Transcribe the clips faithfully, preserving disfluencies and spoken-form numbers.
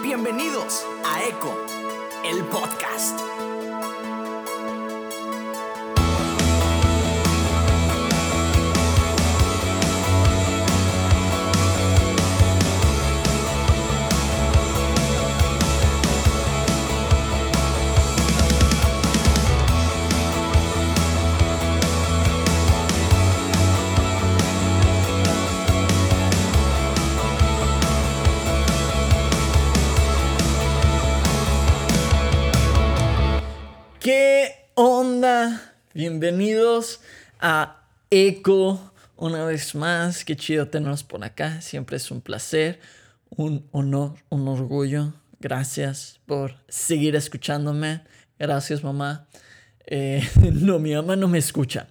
Bienvenidos a Eco, el podcast. ¿Qué onda? Bienvenidos a Eco una vez más. Qué chido tenerlos por acá. Siempre es un placer, un honor, un orgullo. Gracias por seguir escuchándome. Gracias, mamá. Eh, no, mi mamá no me escucha.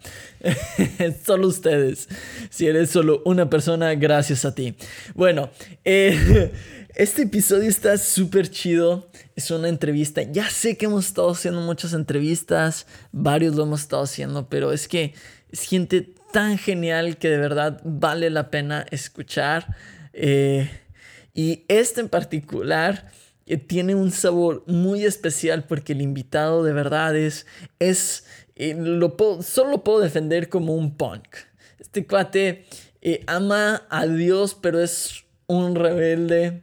Solo ustedes. Si eres solo una persona, gracias a ti. Bueno, eh, este episodio está súper chido. Es una entrevista. Ya sé que hemos estado haciendo muchas entrevistas. Varios lo hemos estado haciendo. Pero es que es gente tan genial que de verdad vale la pena escuchar. Eh, y este en particular que tiene un sabor muy especial porque el invitado de verdad es, es eh, lo puedo, solo lo puedo defender como un punk. Este cuate eh, ama a Dios, pero es un rebelde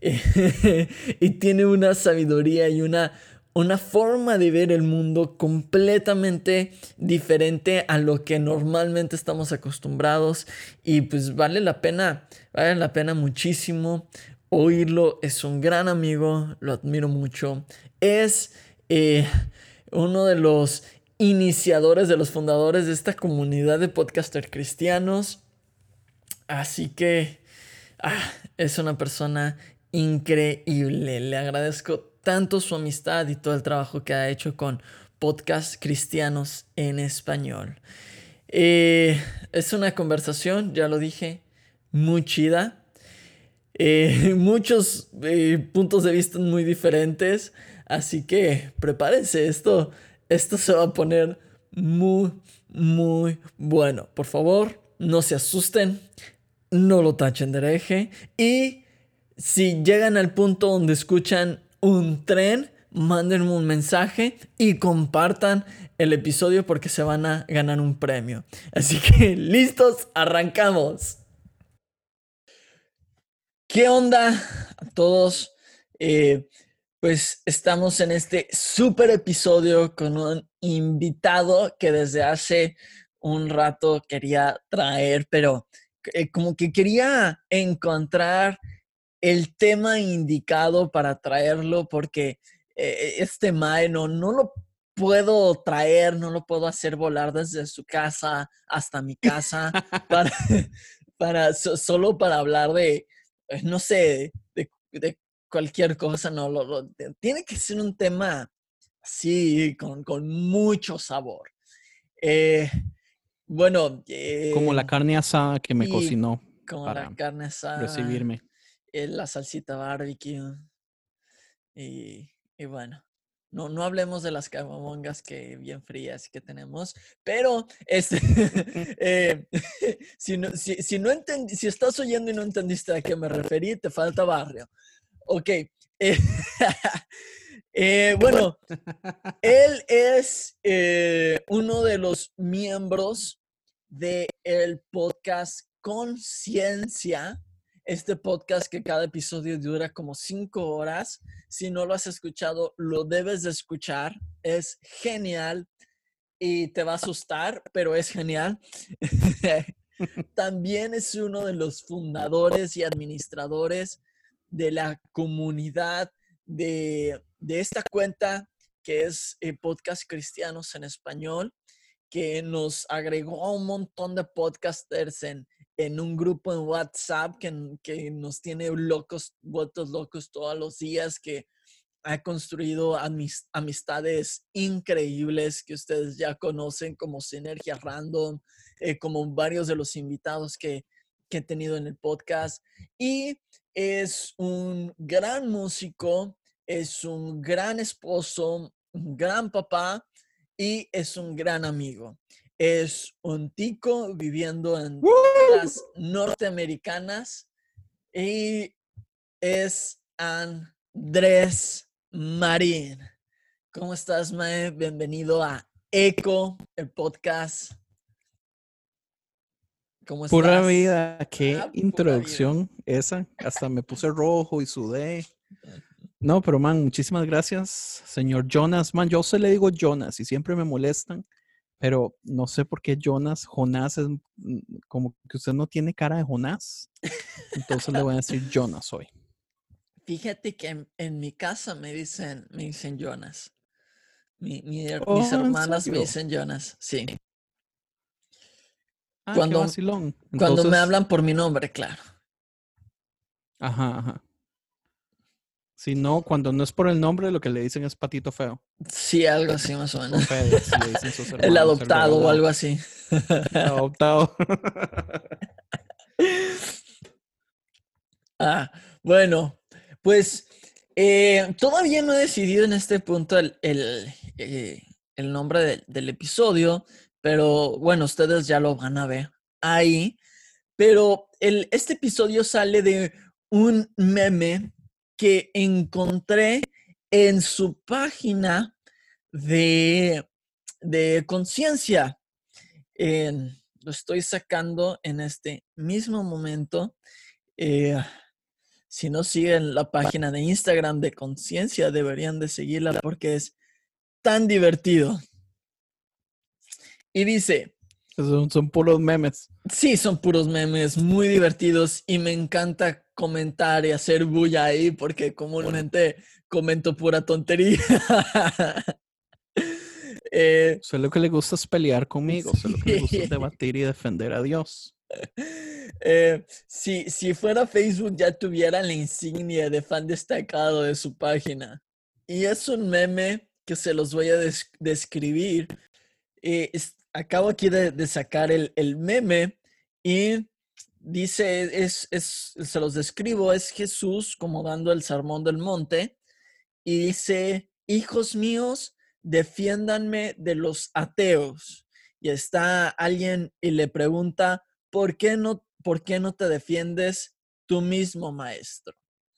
eh, y tiene una sabiduría y una, una forma de ver el mundo completamente diferente a lo que normalmente estamos acostumbrados y pues vale la pena, vale la pena muchísimo oírlo. Es un gran amigo, lo admiro mucho. Es eh, uno de los iniciadores, de los fundadores de esta comunidad de podcasters cristianos. Así que ah, es una persona increíble. Le agradezco tanto su amistad y todo el trabajo que ha hecho con podcasts cristianos en español. Eh, es una conversación, ya lo dije, muy chida. Eh, muchos eh, puntos de vista muy diferentes, así que prepárense, esto, esto se va a poner muy, muy bueno. Por favor, no se asusten, no lo tachen de hereje y si llegan al punto donde escuchan un tren, mándenme un mensaje y compartan el episodio porque se van a ganar un premio. Así que, listos, arrancamos. ¿Qué onda a todos? Eh, pues estamos en este súper episodio con un invitado que desde hace un rato quería traer, pero eh, como que quería encontrar el tema indicado para traerlo porque eh, este mae no, no lo puedo traer, no lo puedo hacer volar desde su casa hasta mi casa para, para so, solo para hablar de no sé, de, de cualquier cosa, no, lo, lo, tiene que ser un tema así, con, con mucho sabor. Eh, bueno. Eh, como la carne asada que me y cocinó como para la carne asada, recibirme. Eh, la salsita barbecue. Y, y bueno. No, no hablemos de las caguamongas que bien frías que tenemos, pero este, eh, si, no, si, si, no entend, si estás oyendo y no entendiste a qué me referí, te falta barrio. Ok. Eh, eh, bueno, él es eh, uno de los miembros del podcast Conciencia. Este podcast que cada episodio dura como cinco horas. Si no lo has escuchado, lo debes de escuchar. Es genial y te va a asustar, pero es genial. También es uno de los fundadores y administradores de la comunidad de, de esta cuenta que es eh, Podcast Cristianos en Español, que nos agregó a un montón de podcasters en, en un grupo en WhatsApp que, que nos tiene locos, vueltos locos todos los días, que ha construido amistades increíbles que ustedes ya conocen como Sinergia Random, eh, como varios de los invitados que, que he tenido en el podcast. Y es un gran músico, es un gran esposo, un gran papá y es un gran amigo. Es un tico viviendo en las norteamericanas y es an Andrés Marín. ¿Cómo estás, Mae? Bienvenido a Eco, el podcast. ¿Cómo Pura estás? vida, qué Ah, pura vida. introducción esa. Hasta me puse rojo y sudé. No, pero man, muchísimas gracias, señor Jonas. Man, yo se le digo Jonas y siempre me molestan, pero no sé por qué Jonas, Jonás es mm, como que usted no tiene cara de Jonás. Entonces le voy a decir Jonas hoy. Fíjate que en, en mi casa me dicen, me dicen Jonas. Mi- mi her- mis Oh, ¿en hermanas me serio? dicen Jonas, sí. Ah, qué Cuando, vacilón. cuando me Entonces, hablan por mi nombre, claro. ajá, ajá. Si no, cuando no es por el nombre, lo que le dicen es patito feo. Sí, algo así más o O menos. Fede, si le dicen sus El hermanos, el adoptado o regalado. algo así. Adoptado. Ah, bueno, pues eh, todavía no he decidido en este punto el, el, eh, el nombre del, del episodio, pero bueno, ustedes ya lo van a ver ahí. Pero el, este episodio sale de un meme que encontré en su página de, de conciencia. En- lo estoy sacando en este mismo momento. Eh, si no siguen la página de Instagram de Conciencia, deberían de seguirla porque es tan divertido. Y dice, Son, son puros memes. sí, son puros memes muy divertidos y me encanta comentar y hacer bulla ahí porque comúnmente comento pura tontería. eh, Usted lo que le gusta es pelear conmigo. Usted lo que le gusta es sí. debatir y defender a Dios. Eh, si, si fuera Facebook ya tuviera la insignia de fan destacado de su página. Y es un meme que se los voy a des- describir. Eh, es- acabo aquí de, de sacar el, el meme y dice, es, es, se los describo, es Jesús como dando el sermón del monte y dice, hijos míos, defiéndanme de los ateos. Y está alguien y le pregunta, ¿por qué no, por qué no te defiendes tú mismo, maestro?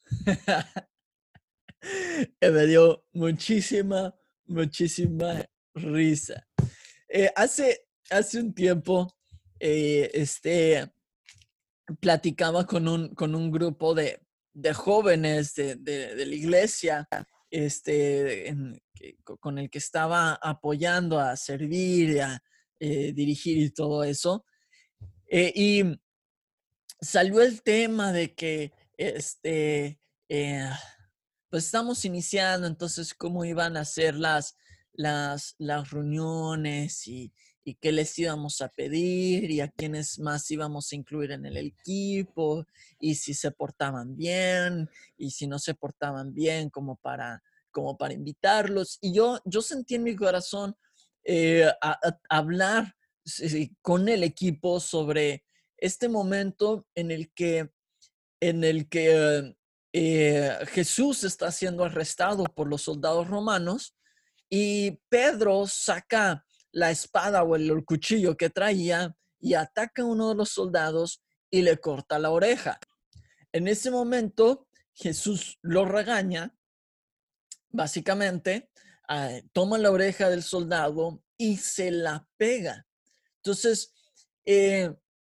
Y me dio muchísima, muchísima risa. Eh, hace, hace un tiempo, eh, este, platicaba con un, con un grupo de, de jóvenes de, de, de la iglesia, este, en, que, con el que estaba apoyando a servir, a eh, dirigir y todo eso. Eh, y salió el tema de que, este, eh, pues estamos iniciando, entonces cómo iban a ser las, las, las reuniones y, y qué les íbamos a pedir y a quiénes más íbamos a incluir en el equipo y si se portaban bien y si no se portaban bien como para, como para invitarlos. Y yo, yo sentí en mi corazón eh, a, a hablar sí, con el equipo sobre este momento en el que en el que eh, Jesús está siendo arrestado por los soldados romanos y Pedro saca la espada o el, el cuchillo que traía y ataca a uno de los soldados y le corta la oreja. En ese momento Jesús lo regaña, básicamente, eh, toma la oreja del soldado y se la pega. Entonces, eh,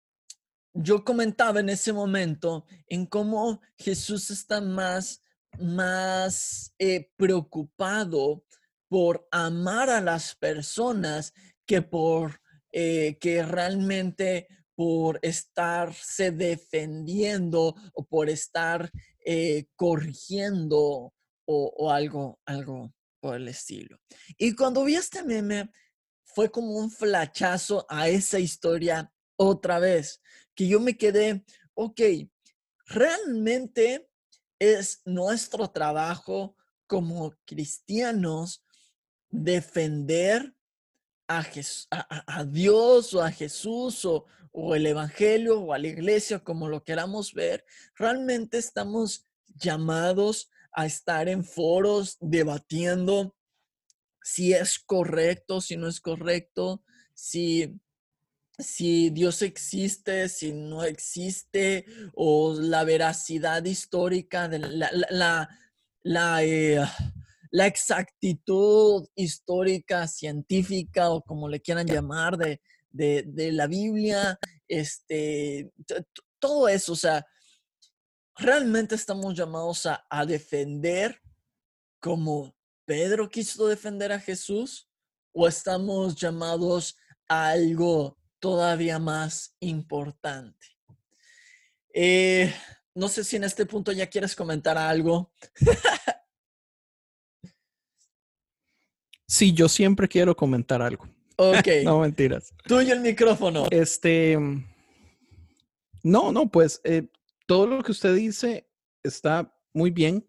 yo comentaba en ese momento en cómo Jesús está más, más eh, preocupado por amar a las personas que por eh, que realmente por estarse defendiendo o por estar eh, corrigiendo o, o algo, algo por el estilo. Y cuando vi este meme, fue como un flachazo a esa historia otra vez que yo me quedé, ok, realmente es nuestro trabajo como cristianos defender a, Jes a, a Dios o a Jesús o, o el Evangelio o a la iglesia, como lo queramos ver. Realmente estamos llamados a estar en foros debatiendo si es correcto, si no es correcto, si si Dios existe, si no existe, o la veracidad histórica de la, la, la, la, eh, la exactitud histórica, científica o como le quieran llamar de, de, de la Biblia, este, todo eso, o sea, realmente estamos llamados a, a defender como Pedro quiso defender a Jesús o estamos llamados a algo todavía más importante. Eh, no sé si en este punto ya quieres comentar algo. Sí, yo siempre quiero comentar algo. Ok, No, mentiras. tuyo el micrófono. Este, no, no, pues eh, todo lo que usted dice está muy bien.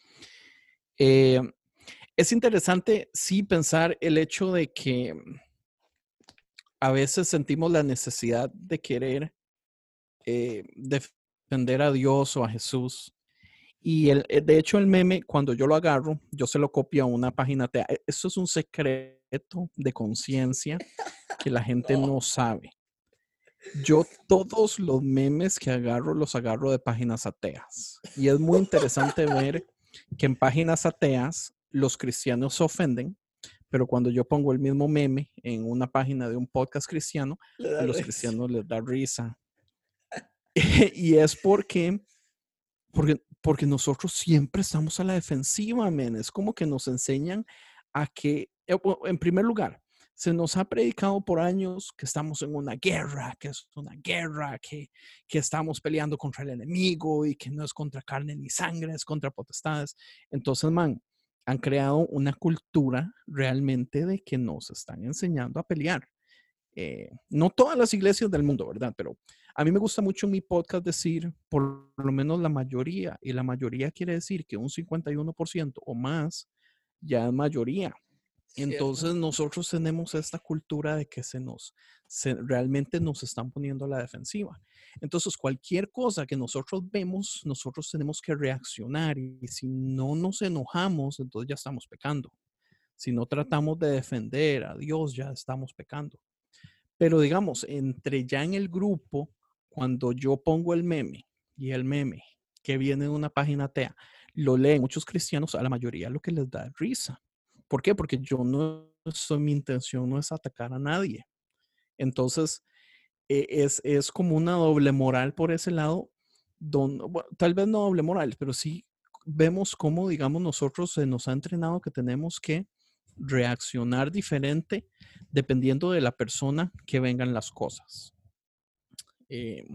Eh, es interesante, sí, pensar el hecho de que a veces sentimos la necesidad de querer eh, defender a Dios o a Jesús. Y el, eh, de hecho el meme, cuando yo lo agarro, yo se lo copio a una página. Te, eso es un secreto de conciencia que la gente No. no sabe. Yo todos los memes que agarro los agarro de páginas ateas. Y es muy interesante ver que en páginas ateas los cristianos se ofenden, pero cuando yo pongo el mismo meme en una página de un podcast cristiano, Le a da los risa. cristianos les da risa. Y es porque, porque, porque nosotros siempre estamos a la defensiva, men. Es como que nos enseñan a que, eh, en primer lugar, se nos ha predicado por años que estamos en una guerra, que es una guerra, que, que estamos peleando contra el enemigo y que no es contra carne ni sangre, es contra potestades. Entonces, man, han creado una cultura realmente de que nos están enseñando a pelear. Eh, no todas las iglesias del mundo, ¿verdad? Pero a mí me gusta mucho en mi podcast decir, por lo menos la mayoría, y la mayoría quiere decir que un cincuenta y uno por ciento o más ya es mayoría. Cierto. Entonces nosotros tenemos esta cultura de que se nos, se, realmente nos están poniendo a la defensiva. Entonces cualquier cosa que nosotros vemos, nosotros tenemos que reaccionar y si no nos enojamos, entonces ya estamos pecando. Si no tratamos de defender a Dios, ya estamos pecando. Pero digamos, entre ya en el grupo, cuando yo pongo el meme y el meme que viene de una página atea, lo leen muchos cristianos, a la mayoría lo que les da risa. ¿Por qué? Porque yo no soy, mi intención no es atacar a nadie. Entonces, eh, es, es como una doble moral por ese lado, don, bueno, tal vez no doble moral, pero sí vemos cómo, digamos, nosotros se nos ha entrenado que tenemos que reaccionar diferente dependiendo de la persona que vengan las cosas. Eh,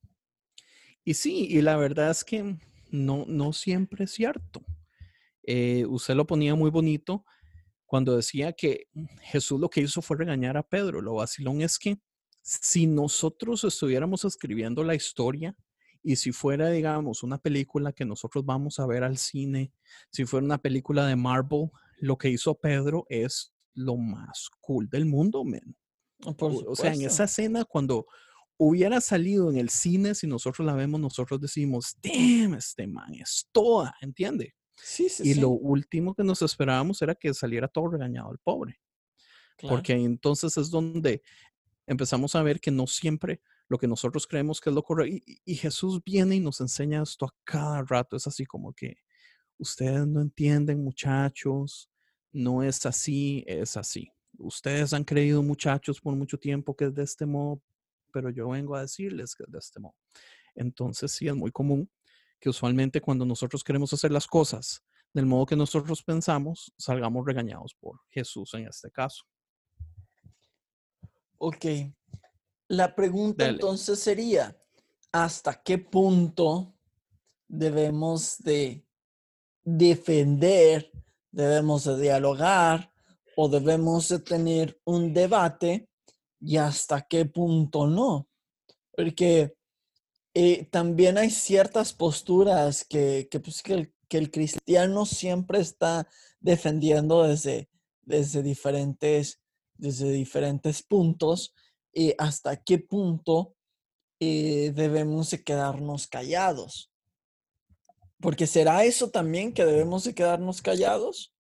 y sí, y la verdad es que no, no siempre es cierto. Eh, usted lo ponía muy bonito cuando decía que Jesús lo que hizo fue regañar a Pedro. Lo vacilón es que si nosotros estuviéramos escribiendo la historia y si fuera, digamos, una película que nosotros vamos a ver al cine, si fuera una película de Marvel, lo que hizo Pedro es lo más cool del mundo, man. Por O, o sea, en supuesto. esa escena, cuando hubiera salido en el cine, si nosotros la vemos, nosotros decimos, damn, este man es toda, ¿entiende? Sí, sí, Y lo sí. último que nos esperábamos era que saliera todo regañado el pobre, Claro. porque entonces es donde empezamos a ver que no siempre lo que nosotros creemos que es lo correcto. Y, y Jesús viene y nos enseña esto a cada rato. Es así como que ustedes no entienden, muchachos, no es así, es así. Ustedes han creído, muchachos, por mucho tiempo que es de este modo, pero yo vengo a decirles que es de este modo. Entonces sí, es muy común que usualmente cuando nosotros queremos hacer las cosas del modo que nosotros pensamos, salgamos regañados por Jesús en este caso. Ok. La pregunta Dale. entonces sería, ¿hasta qué punto debemos de defender, debemos de dialogar o debemos de tener un debate y hasta qué punto no? Porque eh, también hay ciertas posturas que, que, pues, que, el, que el cristiano siempre está defendiendo desde, desde, diferentes, desde diferentes puntos y hasta qué punto eh, debemos de quedarnos callados. Porque ¿será eso también que debemos de quedarnos callados?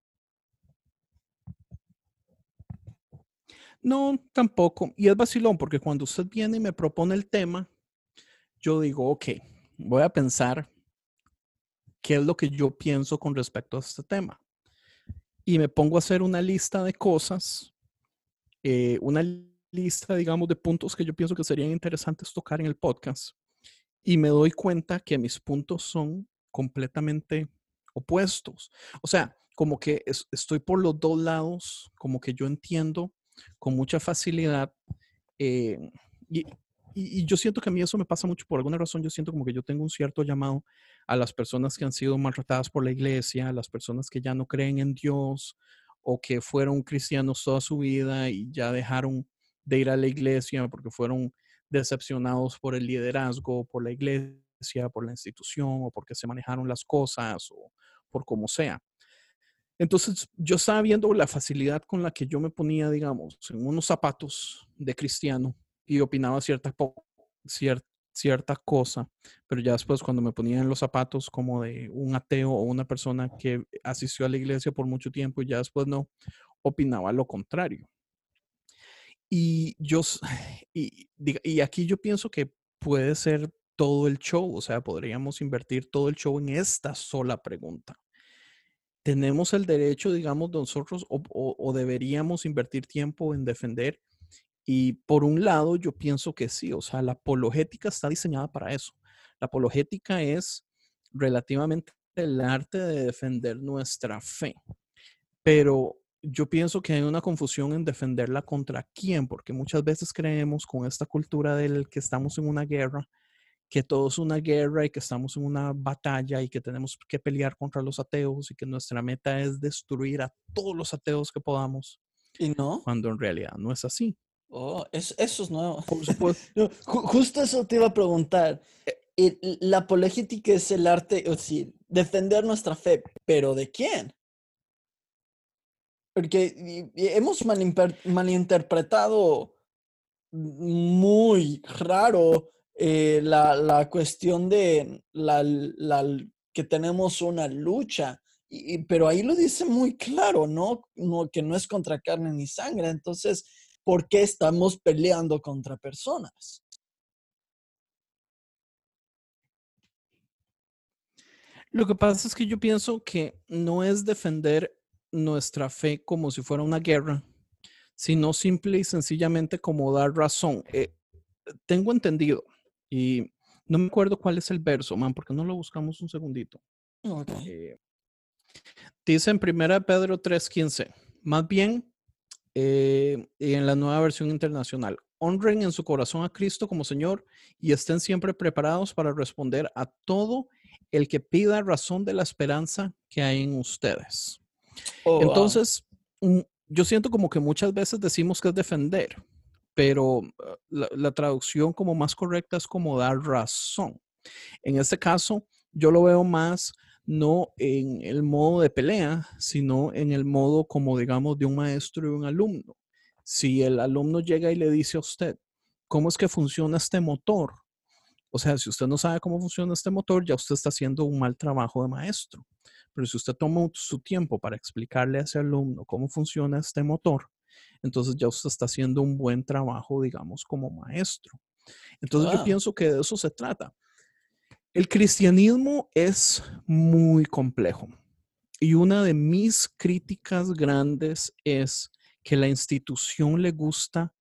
No, tampoco. Y es vacilón porque cuando usted viene y me propone el tema, yo digo, ok, voy a pensar qué es lo que yo pienso con respecto a este tema. Y me pongo a hacer una lista de cosas, eh, una lista, digamos, de puntos que yo pienso que serían interesantes tocar en el podcast. Y me doy cuenta que mis puntos son completamente opuestos. O sea, como que es, estoy por los dos lados, como que yo entiendo con mucha facilidad. eh, y, y, y yo siento que a mí eso me pasa mucho. Por alguna razón, yo siento como que yo tengo un cierto llamado a las personas que han sido maltratadas por la iglesia, a las personas que ya no creen en Dios o que fueron cristianos toda su vida y ya dejaron de ir a la iglesia porque fueron decepcionados por el liderazgo, por la iglesia, por la institución o porque se manejaron las cosas o por como sea. Entonces, yo estaba viendo la facilidad con la que yo me ponía, digamos, en unos zapatos de cristiano y opinaba cierta, cier, cierta cosa, pero ya después cuando me ponía en los zapatos como de un ateo o una persona que asistió a la iglesia por mucho tiempo y ya después no, opinaba lo contrario. Y yo, y, y aquí yo pienso que puede ser todo el show, o sea, podríamos invertir todo el show en esta sola pregunta. ¿Tenemos el derecho, digamos, de nosotros o, o, o deberíamos invertir tiempo en defender? Y por un lado, yo pienso que sí, o sea, la apologética está diseñada para eso. La apologética es relativamente el arte de defender nuestra fe, pero yo pienso que hay una confusión en defenderla contra quién, porque muchas veces creemos con esta cultura del que estamos en una guerra, que todo es una guerra y que estamos en una batalla y que tenemos que pelear contra los ateos y que nuestra meta es destruir a todos los ateos que podamos, ¿Y no? cuando en realidad no es así. Oh, eso, eso es nuevo. Por supuesto. No, ju- justo eso te iba a preguntar. Eh, La apologética es el arte, o sí, defender nuestra fe, pero ¿de quién? Porque y- y hemos malimper- malinterpretado muy raro eh, la, la cuestión de la, la- que tenemos una lucha, y, y- pero ahí lo dice muy claro, ¿no? No, que no es contra carne ni sangre. Entonces, ¿por qué estamos peleando contra personas? Lo que pasa es que yo pienso que no es defender nuestra fe como si fuera una guerra, sino simple y sencillamente como dar razón. Eh, tengo entendido, y no me acuerdo cuál es el verso, man, porque no lo buscamos un segundito. Ok. Eh, dice en primera Pedro tres quince, más bien, eh, y en la nueva versión internacional, honren en su corazón a Cristo como Señor y estén siempre preparados para responder a todo el que pida razón de la esperanza que hay en ustedes. Oh, wow. Entonces, mm, yo siento como que muchas veces decimos que es defender, pero uh, la, la traducción como más correcta es como dar razón. En este caso, yo lo veo más no en el modo de pelea, sino en el modo como digamos de un maestro y un alumno. Si el alumno llega y le dice a usted, ¿cómo es que funciona este motor? O sea, si usted no sabe cómo funciona este motor, ya usted está haciendo un mal trabajo de maestro. Pero si usted toma su tiempo para explicarle a ese alumno cómo funciona este motor, entonces ya usted está haciendo un buen trabajo, digamos, como maestro. Entonces yo Wow. pienso que de eso se trata. El cristianismo es muy complejo y una de mis críticas grandes es que la institución le gusta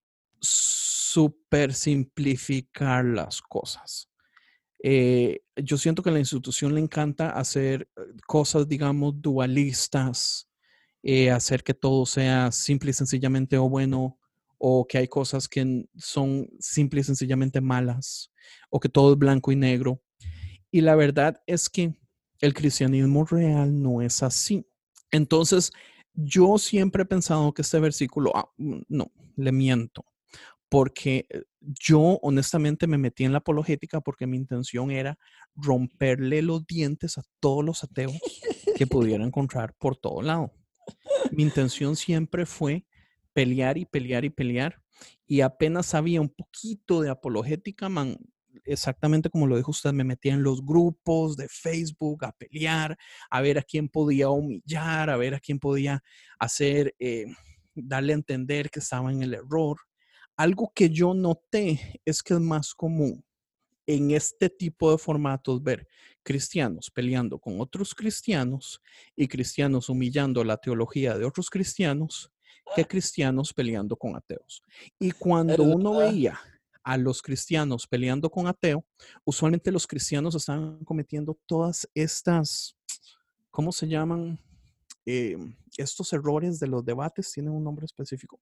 super simplificar las cosas. Eh, yo siento que a la institución le encanta hacer eh, cosas, digamos, dualistas, eh, hacer que todo sea simple y sencillamente o bueno, o que hay cosas que son simple y sencillamente malas, o que todo es blanco y negro. Y la verdad es que el cristianismo real no es así. Entonces, yo siempre he pensado que este versículo, ah, no, le miento, porque eh, yo honestamente me metí en la apologética porque mi intención era romperle los dientes a todos los ateos que pudiera encontrar por todo lado. Mi intención siempre fue pelear y pelear y pelear y apenas había un poquito de apologética, man, exactamente como lo dijo usted, me metía en los grupos de Facebook a pelear, a ver a quién podía humillar, a ver a quién podía hacer, eh, darle a entender que estaba en el error. Algo que yo noté es que es más común en este tipo de formatos ver cristianos peleando con otros cristianos y cristianos humillando la teología de otros cristianos que cristianos peleando con ateos. Y cuando Es uno verdad. veía a los cristianos peleando con ateo, usualmente los cristianos estaban cometiendo todas estas, ¿cómo se llaman? Eh, estos errores de los debates tienen un nombre específico.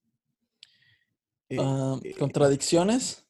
Eh, Ah, eh, contradicciones,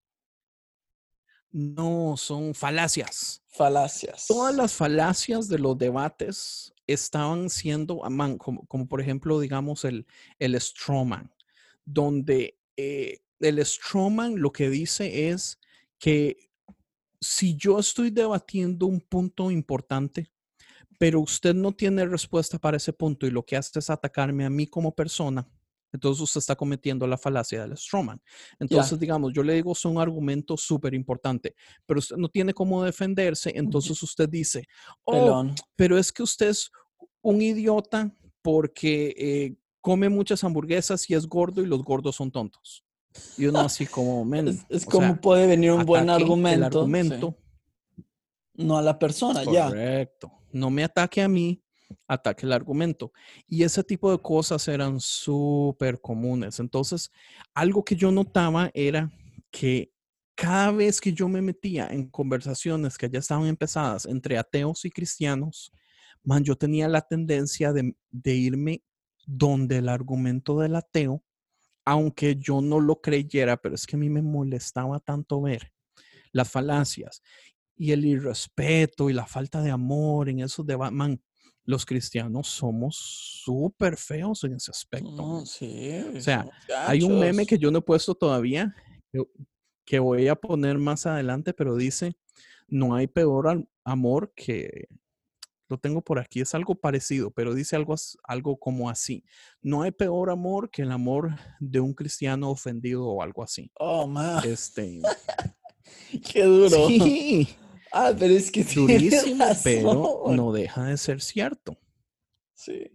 no, son falacias. Todas falacias. las falacias de los debates estaban siendo, aman, como, como por ejemplo, digamos, el, el strawman, donde eh, el strawman lo que dice es que si yo estoy debatiendo un punto importante, pero usted no tiene respuesta para ese punto y lo que hace es atacarme a mí como persona, entonces usted está cometiendo la falacia del strawman. Ya. Entonces, digamos, yo le digo, es un argumento súper importante, pero usted no tiene cómo defenderse, Y- entonces usted dice, oh, Pelón. pero es que usted es un idiota porque eh, come muchas hamburguesas y es gordo y los gordos son tontos. Y uno así como, men, Es, es o como sea, puede venir un buen ataque el argumento, sí. argumento. No a la persona, ya. Correcto. No me ataque a mí, ataque el argumento. Y ese tipo de cosas eran súper comunes. Entonces, algo que yo notaba era que cada vez que yo me metía en conversaciones que ya estaban empezadas entre ateos y cristianos, man, yo tenía la tendencia de, de irme donde el argumento del ateo, aunque yo no lo creyera, pero es que a mí me molestaba tanto ver las falacias y el irrespeto y la falta de amor en esos debates. Man, los cristianos somos súper feos en ese aspecto, No, man. O sí, sea, somos hay un meme gachos. que yo no he puesto todavía, que, que voy a poner más adelante, pero dice, no hay peor amor que, lo tengo por aquí, es algo parecido, pero dice algo, algo como así. No hay peor amor que el amor de un cristiano ofendido o algo así. Oh, man, Este, qué duro. sí, Ah, pero es que tienes durísimo, pero razón. no deja de ser cierto. Sí,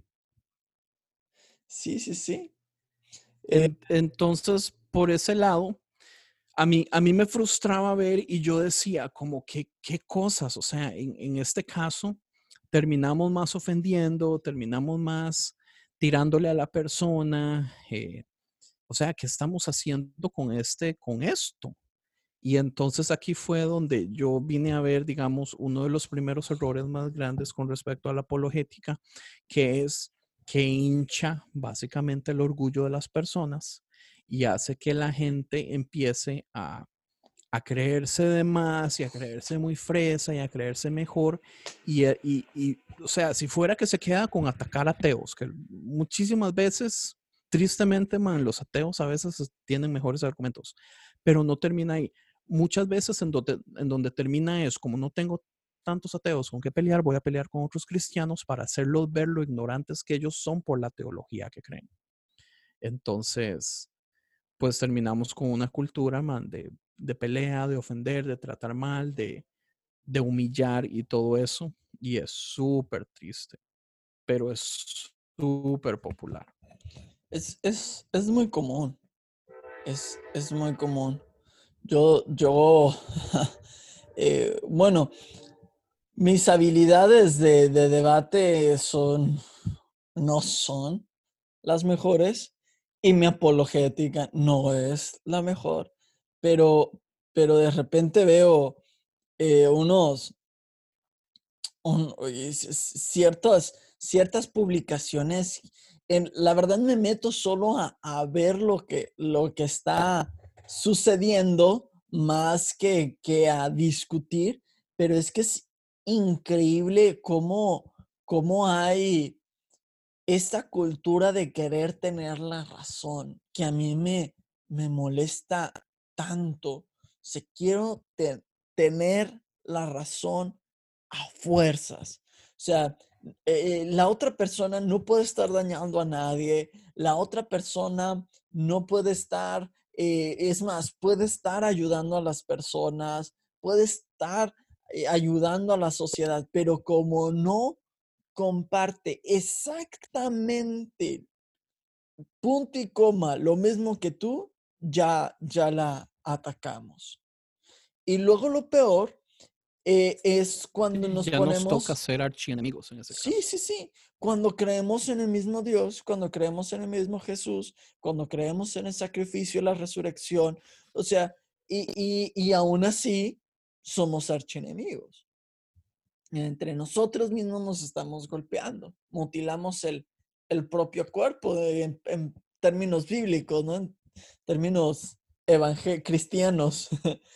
sí, sí, sí. Eh, En- entonces, por ese lado, a mí, a mí me frustraba ver y yo decía como que, qué cosas, o sea, en, en este caso, terminamos más ofendiendo, terminamos más tirándole a la persona, eh, o sea, ¿qué estamos haciendo con este, con esto? Y entonces aquí fue donde yo vine a ver, digamos, uno de los primeros errores más grandes con respecto a la apologética, que es que hincha básicamente el orgullo de las personas y hace que la gente empiece a, a creerse de más y a creerse muy fresa y a creerse mejor. Y, eh, y, y, o sea, si fuera que se queda con atacar ateos, que muchísimas veces, tristemente, man, los ateos a veces tienen mejores argumentos, pero no termina ahí. Muchas veces en donde, en donde termina es como no tengo tantos ateos con qué pelear, voy a pelear con otros cristianos para hacerlos ver lo ignorantes que ellos son por la teología que creen. Entonces, pues terminamos con una cultura, man, de, de pelea, de ofender, de tratar mal, de, de humillar y todo eso. Y es súper triste, pero es súper popular. es, es, es muy común. Es, es muy común. Yo, yo, eh, bueno, mis habilidades de, de debate son, no son las mejores y mi apologética no es la mejor, pero, pero de repente veo eh, unos, un- oye, c- c- ciertas, ciertas publicaciones. En, la verdad me meto solo a, a ver lo que, lo que está sucediendo más que, que a discutir, pero es que es increíble cómo, cómo hay esta cultura de querer tener la razón, que a mí me, me molesta tanto. Se quiero te- tener la razón a fuerzas. O sea, eh, la otra persona no puede estar dañando a nadie, la otra persona no puede estar, eh, es más, puede estar ayudando a las personas, puede estar eh, ayudando a la sociedad, pero como no comparte exactamente punto y coma lo mismo que tú, ya, ya la atacamos. Y luego lo peor eh, es cuando Sí, nos ya nos toca ponemos, ser archienemigos en ese sí, caso. sí, sí, cuando creemos en el mismo Dios, cuando creemos en el mismo Jesús, cuando creemos en el sacrificio, la resurrección, o sea, y, y, y aún así somos archienemigos. Entre nosotros mismos nos estamos golpeando, mutilamos el, el propio cuerpo de- en, en términos bíblicos, ¿no? En términos evangel cristianos.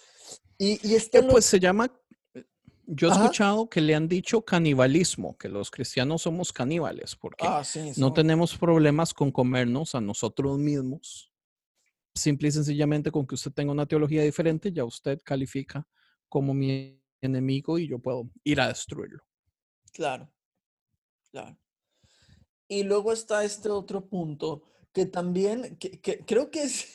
y, y Eh, están pues los... se llama, yo he Ajá. escuchado que le han dicho canibalismo, que los cristianos somos caníbales, porque Ah, sí, no somos... tenemos problemas con comernos a nosotros mismos. Simple y sencillamente con que usted tenga una teología diferente, ya usted califica como mi enemigo y yo puedo ir a destruirlo. Claro, claro. Y luego está este otro punto que también, que, que creo que es,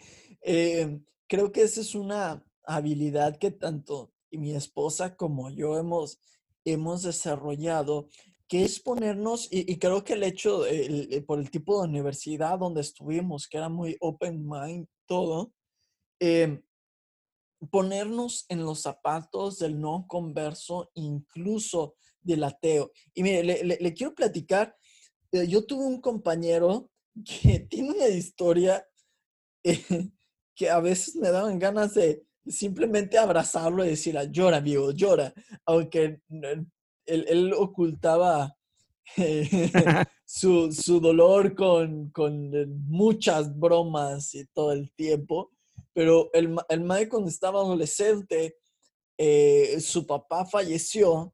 eh, creo que esa es una habilidad que tanto mi esposa como yo hemos, hemos desarrollado, que es ponernos, y, y creo que el hecho, de- el- el- por el tipo de universidad donde estuvimos, que era muy open mind todo, eh, ponernos en los zapatos del no converso, incluso del ateo. Y mire, le, le- le quiero platicar, eh, yo tuve un compañero que tiene una historia eh, que a veces me daban ganas de simplemente abrazarlo y decirle, llora, amigo, llora, aunque eh, él, él ocultaba eh, su, su dolor con, con eh, muchas bromas y todo el tiempo, pero el, ma- el Mae cuando estaba adolescente, eh, su papá falleció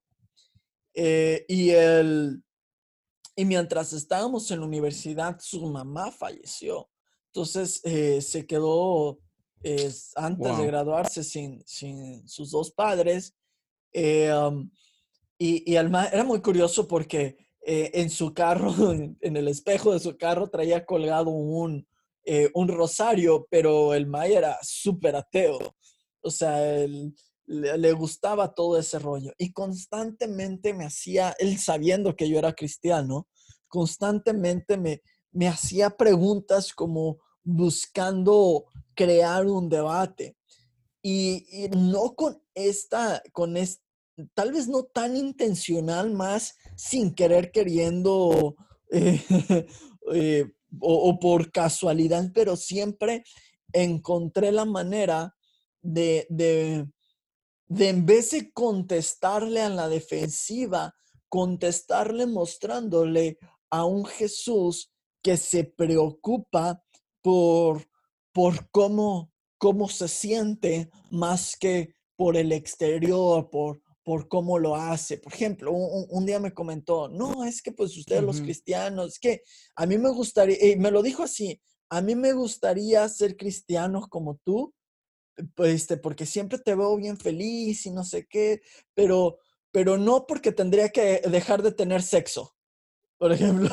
eh, y él y mientras estábamos en la universidad, su mamá falleció. Entonces, eh, se quedó eh, antes de Wow. graduarse sin, sin sus dos padres. Eh, um, y, y Alma era muy curioso porque eh, en su carro, en, en el espejo de su carro, traía colgado un, eh, un rosario, pero el May era súper ateo. O sea, él, le, le gustaba todo ese rollo. Y constantemente me hacía, él sabiendo que yo era cristiano, constantemente me, me hacía preguntas como buscando crear un debate. Y, y no con esta, con este, tal vez no tan intencional, más sin querer queriendo eh, eh, o, o por casualidad, pero siempre encontré la manera de, de, de en vez de contestarle a la defensiva, contestarle mostrándole a un Jesús que se preocupa por, por cómo, cómo se siente más que por el exterior, por, por cómo lo hace. Por ejemplo, un, un día me comentó, no, es que pues ustedes los Ujú. cristianos, que a mí me gustaría, y me lo dijo así, a mí me gustaría ser cristiano como tú, pues, este, porque siempre te veo bien feliz y no sé qué, pero, pero no porque tendría que dejar de tener sexo, por ejemplo.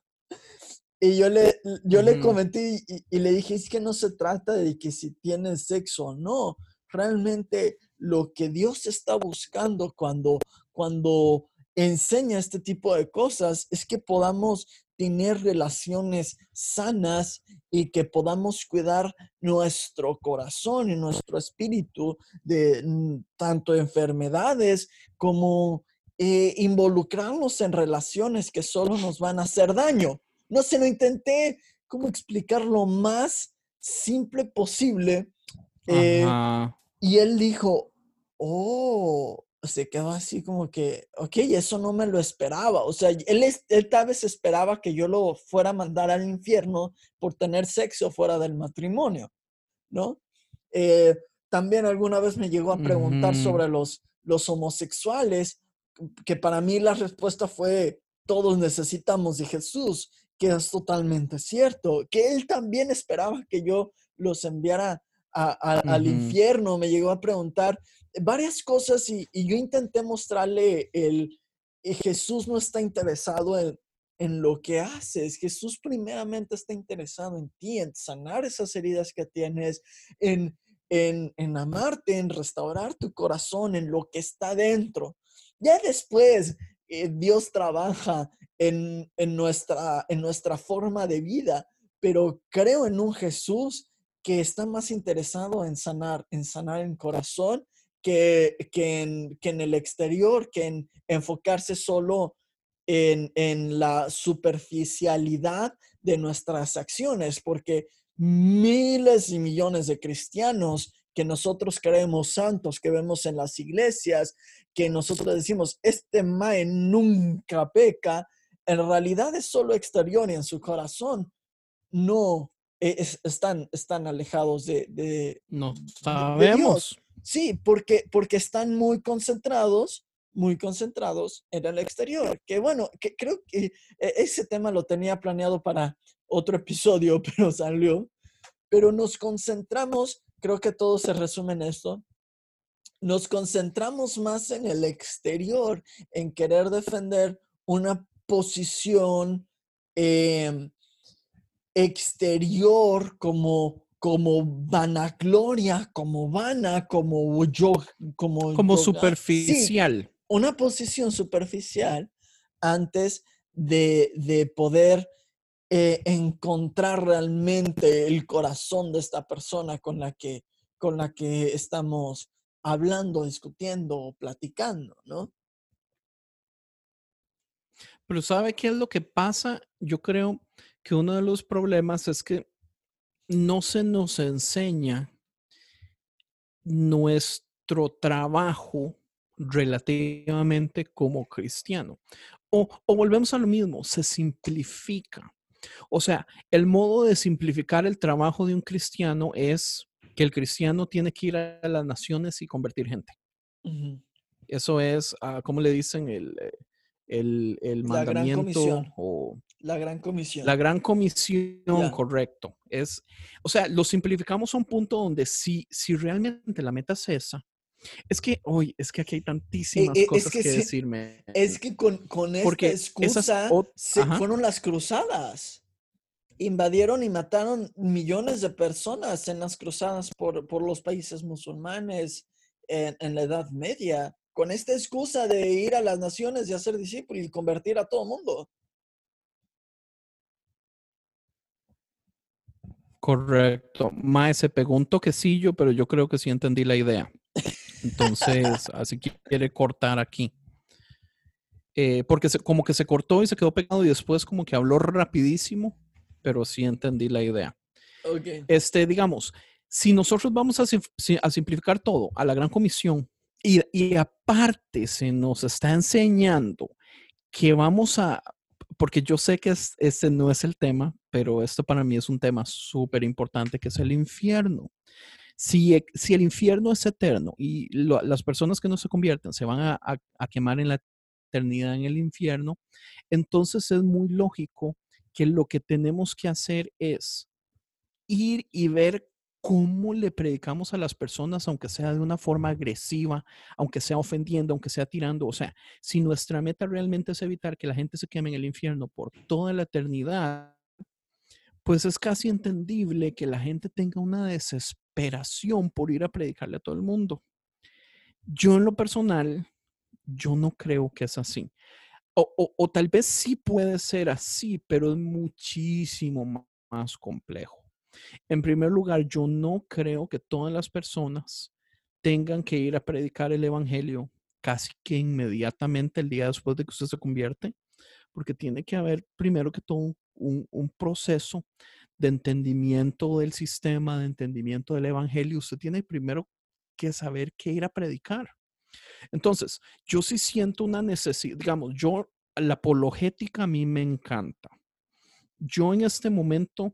Y yo le, yo le Ujú. comenté y, y le dije, es que no se trata de que si tienes sexo o no, realmente lo que Dios está buscando cuando, cuando enseña este tipo de cosas es que podamos tener relaciones sanas y que podamos cuidar nuestro corazón y nuestro espíritu de mm, tanto enfermedades como eh, involucrarnos en relaciones que solo nos van a hacer daño. No se lo intenté como explicar lo más simple posible. eh, Ajá. y él dijo, oh, se quedó así como que, ok, eso no me lo esperaba. O sea, él, es, él tal vez esperaba que yo lo fuera a mandar al infierno por tener sexo fuera del matrimonio, ¿no? Eh, también alguna vez me llegó a preguntar Ujú. sobre los, los homosexuales, que para mí la respuesta fue, todos necesitamos de Jesús, que es totalmente cierto, que él también esperaba que yo los enviara a, a, al Ujú. infierno. Me llegó a preguntar varias cosas y, y yo intenté mostrarle el, el Jesús no está interesado en, en lo que haces. Jesús primeramente está interesado en ti, en sanar esas heridas que tienes, en, en, en amarte, en restaurar tu corazón, en lo que está dentro. Ya después, eh, Dios trabaja en, en, nuestra, en nuestra forma de vida, pero creo en un Jesús que está más interesado en sanar, en sanar el corazón que, que, en, que en el exterior, que en enfocarse solo en, en la superficialidad de nuestras acciones, porque miles y millones de cristianos que nosotros creemos santos, que vemos en las iglesias, que nosotros decimos, este mae nunca peca, en realidad es solo exterior y en su corazón no es, están, están alejados de, de, No de, de Dios. sabemos. Sí, porque, porque están muy concentrados, muy concentrados en el exterior. Que bueno, que creo que ese tema lo tenía planeado para otro episodio, pero salió. Pero nos concentramos, creo que todo se resume en esto, nos concentramos más en el exterior, en querer defender una posición eh, exterior como, como vanagloria, como vana, como yo, como Como yoga. Sí, superficial. una posición superficial antes de, de poder eh, encontrar realmente el corazón de esta persona con la que, con la que estamos hablando, discutiendo o platicando, ¿no? Pero ¿sabe qué es lo que pasa? Yo creo que uno de los problemas es que no se nos enseña nuestro trabajo relativamente como cristiano. O, o volvemos a lo mismo, se simplifica. O sea, el modo de simplificar el trabajo de un cristiano es que el cristiano tiene que ir a las naciones y convertir gente. Ujú. Eso es, uh, ¿cómo le dicen? El, eh, el, el La gran mandamiento comisión, o la gran la comisión. gran comisión, Ya. correcto. Es, o sea, lo simplificamos a un punto donde si, si realmente la meta es esa, es que hoy, es que aquí hay E- tantísimas e- Es cosas que, que sí, decirme, es que con, con esta porque esas, excusa ot- se, ajá, fueron las cruzadas. Invadieron y mataron millones de personas en las cruzadas por, por los países musulmanes en, en la Edad Media, con esta excusa de ir a las naciones y hacer discípulos y convertir a todo el mundo. correcto. Mae se pegó un toquecillo, pero yo creo que sí entendí la idea. Entonces, así que quiere cortar aquí. Eh, porque se, como que se cortó y se quedó pegado y después como que habló rapidísimo, pero sí entendí la idea. Ok. Este, digamos, si nosotros vamos a, a simplificar todo a la gran comisión y, y aparte se nos está enseñando que vamos a, porque yo sé que es, ese no es el tema, pero esto para mí es un tema súper importante que es el infierno. Si, si el infierno es eterno y lo, las personas que no se convierten se van a, a, a quemar en la eternidad en el infierno, entonces es muy lógico que lo que tenemos que hacer es ir y ver cómo le predicamos a las personas, aunque sea de una forma agresiva, aunque sea ofendiendo, aunque sea tirando. O sea, si nuestra meta realmente es evitar que la gente se queme en el infierno por toda la eternidad, pues es casi entendible que la gente tenga una desesperación por ir a predicarle a todo el mundo. Yo en lo personal, yo no creo que es así. O, o, o tal vez sí puede ser así, pero es muchísimo más complejo. En primer lugar, yo no creo que todas las personas tengan que ir a predicar el evangelio casi que inmediatamente el día después de que usted se convierte, porque tiene que haber primero que todo un, un proceso de entendimiento del sistema, de entendimiento del evangelio. Usted tiene primero que saber qué ir a predicar. Entonces, yo sí siento una necesidad, digamos, yo, la apologética a mí me encanta. Yo en este momento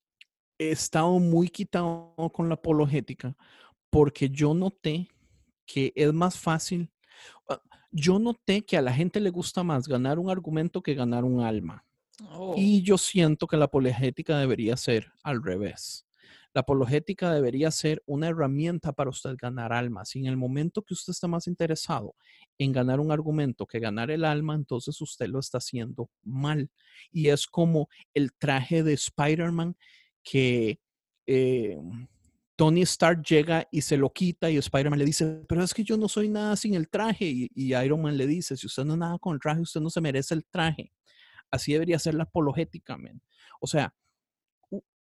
he estado muy quitado con la apologética porque yo noté que es más fácil. ah, Yo noté que a la gente le gusta más ganar un argumento que ganar un alma. Oh. Y yo siento que la apologética debería ser al revés. La apologética debería ser una herramienta para usted ganar almas. Y en el momento que usted está más interesado en ganar un argumento que ganar el alma, entonces usted lo está haciendo mal. Y es como el traje de Spider-Man que eh, Tony Stark llega y se lo quita y Spider-Man le dice, pero es que yo no soy nada sin el traje. Y, y Iron Man le dice, si usted no es nada con el traje, usted no se merece el traje. Así debería ser la apologética, man. O sea,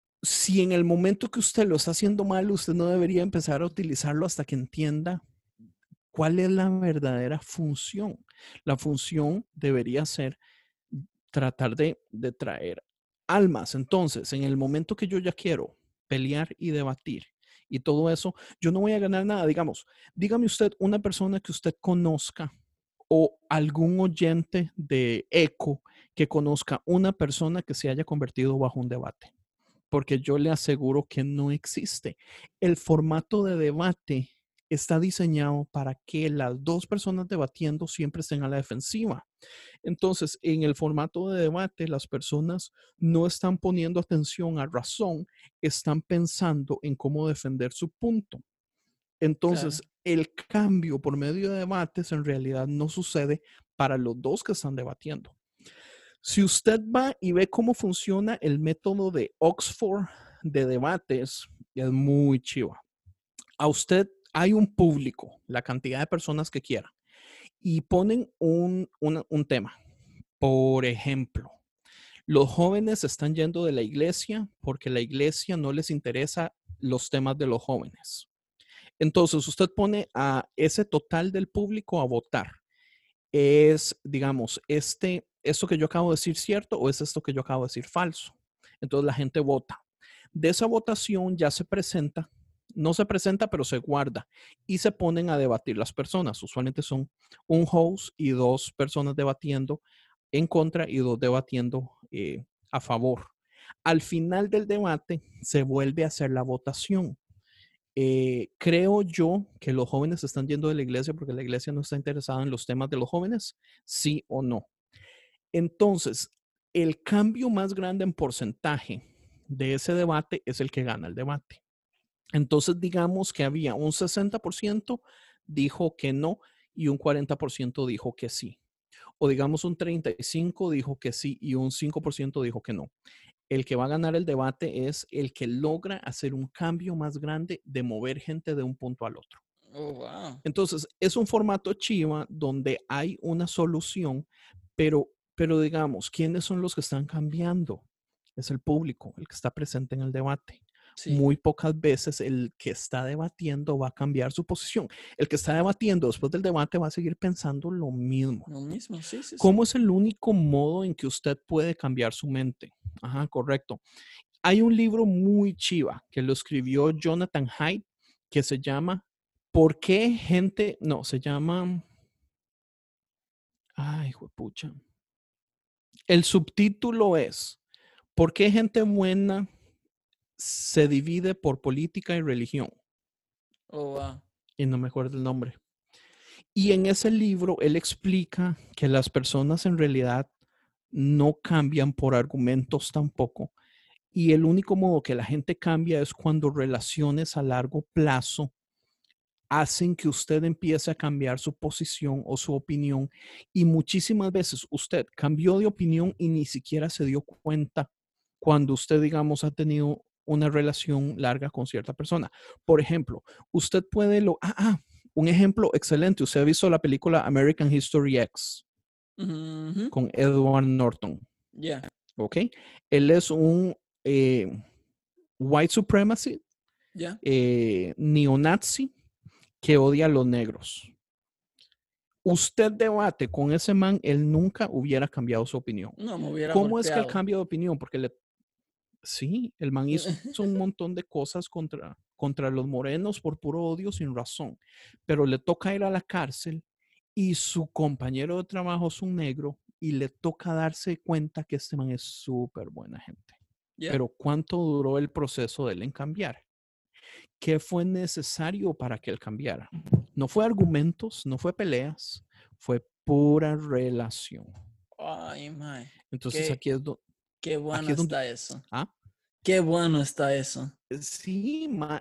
si en el momento que usted lo está haciendo mal, usted no debería empezar a utilizarlo hasta que entienda ¿cuál es la verdadera función? La función debería ser tratar de, de traer almas. Entonces, en el momento que yo ya quiero pelear y debatir y todo eso, yo no voy a ganar nada. Digamos, dígame usted una persona que usted conozca o algún oyente de Eco que conozca una persona que se haya convertido bajo un debate, porque yo le aseguro que no existe. El formato de debate está diseñado para que las dos personas debatiendo siempre estén a la defensiva. Entonces, en el formato de debate, las personas no están poniendo atención a razón, están pensando en cómo defender su punto. Entonces, Claro. el cambio por medio de debates en realidad no sucede para los dos que están debatiendo. Si usted va y ve cómo funciona el método de Oxford de debates, es muy chiva. A usted hay un público, la cantidad de personas que quiera, y ponen un, un, un tema. Por ejemplo, los jóvenes están yendo de la iglesia porque la iglesia no les interesa los temas de los jóvenes. Entonces, usted pone a ese total del público a votar. Es, digamos, este, esto que yo acabo de decir cierto o es esto que yo acabo de decir falso. Entonces, la gente vota. De esa votación ya se presenta, no se presenta, pero se guarda y se ponen a debatir las personas. Usualmente son un host y dos personas debatiendo en contra y dos debatiendo eh, a favor. Al final del debate se vuelve a hacer la votación. Eh, creo yo que los jóvenes están yendo de la iglesia porque la iglesia no está interesada en los temas de los jóvenes, sí o no. Entonces, el cambio más grande en porcentaje de ese debate es el que gana el debate. Entonces, digamos que había un sesenta por ciento dijo que no y un cuarenta por ciento dijo que sí. O digamos un treinta y cinco por ciento dijo que sí y un cinco por ciento dijo que no. El que va a ganar el debate es el que logra hacer un cambio más grande de mover gente de un punto al otro. Oh, wow. Entonces, es un formato chiva donde hay una solución, pero, pero digamos, ¿quiénes son los que están cambiando? Es el público, el que está presente en el debate. Sí. Muy pocas veces el que está debatiendo va a cambiar su posición. El que está debatiendo después del debate va a seguir pensando lo mismo. Lo mismo, sí, sí, ¿Cómo sí. es el único modo en que usted puede cambiar su mente? Ajá, correcto. Hay un libro muy chiva que lo escribió Jonathan Haidt que se llama ¿Por qué gente? No, se llama. Ay, pucha. El subtítulo es ¿Por qué gente buena se divide por política y religión? Oh, wow. Y no me acuerdo el nombre. Y en ese libro él explica que las personas en realidad no cambian por argumentos tampoco. Y el único modo que la gente cambia es cuando relaciones a largo plazo hacen que usted empiece a cambiar su posición o su opinión. Y muchísimas veces usted cambió de opinión y ni siquiera se dio cuenta cuando usted, digamos, ha tenido una relación larga con cierta persona. Por ejemplo, usted puede lo... Ah, ah, un ejemplo excelente. Usted ha visto la película American History X Uh-huh. con Edward Norton. Yeah. ¿Ok? Él es un eh, white supremacy, Yeah. eh, neonazi que odia a los negros. Usted debate con ese man, él nunca hubiera cambiado su opinión. No, me hubiera ¿Cómo es que él golpeado. cambia de opinión? Porque le, sí, el man hizo un montón de cosas contra, contra los morenos por puro odio sin razón, pero le toca ir a la cárcel y su compañero de trabajo es un negro y le toca darse cuenta que este man es súper buena gente. Yeah. Pero ¿cuánto duró el proceso de él en cambiar? ¿Qué fue necesario para que él cambiara? No fue argumentos, no fue peleas, fue pura relación. Ay, my. Entonces Qué, aquí es, do, qué aquí bueno es donde... está eso. Ah, Qué bueno está eso. sí, ma,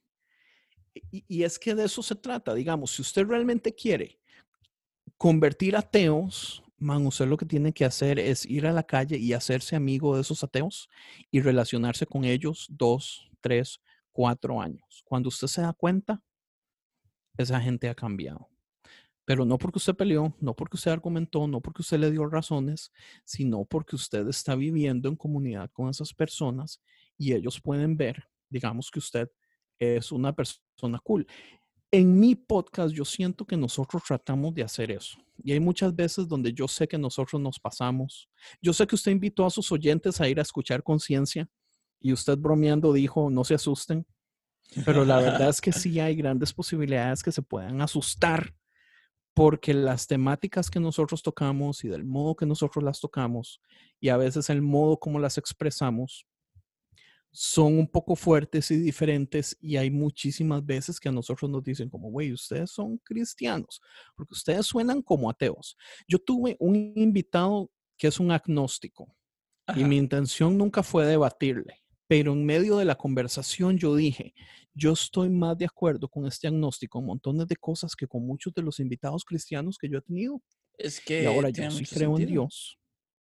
y, y es que de eso se trata. Digamos, si usted realmente quiere convertir ateos, man, usted lo que tiene que hacer es ir a la calle y hacerse amigo de esos ateos y relacionarse con ellos dos, tres, cuatro años. Cuando usted se da cuenta, esa gente ha cambiado. Pero no porque usted peleó, no porque usted argumentó, no porque usted le dio razones, sino porque usted está viviendo en comunidad con esas personas y ellos pueden ver, digamos que usted es una persona cool. En mi podcast yo siento que nosotros tratamos de hacer eso. Y hay muchas veces donde yo sé que nosotros nos pasamos. Yo sé que usted invitó a sus oyentes a ir a escuchar Conciencia y usted bromeando dijo, no se asusten. Pero la verdad es que sí hay grandes posibilidades que se puedan asustar porque las temáticas que nosotros tocamos y del modo que nosotros las tocamos y a veces el modo como las expresamos son un poco fuertes y diferentes y hay muchísimas veces que a nosotros nos dicen como, güey, ustedes son cristianos, porque ustedes suenan como ateos. Yo tuve un invitado que es un agnóstico y mi Ajá. intención nunca fue debatirle, pero en medio de la conversación yo dije, yo estoy más de acuerdo con este agnóstico en montones de cosas que con muchos de los invitados cristianos que yo he tenido. Es Y ahora que yo tiene sí mucho creo en sentido. Dios.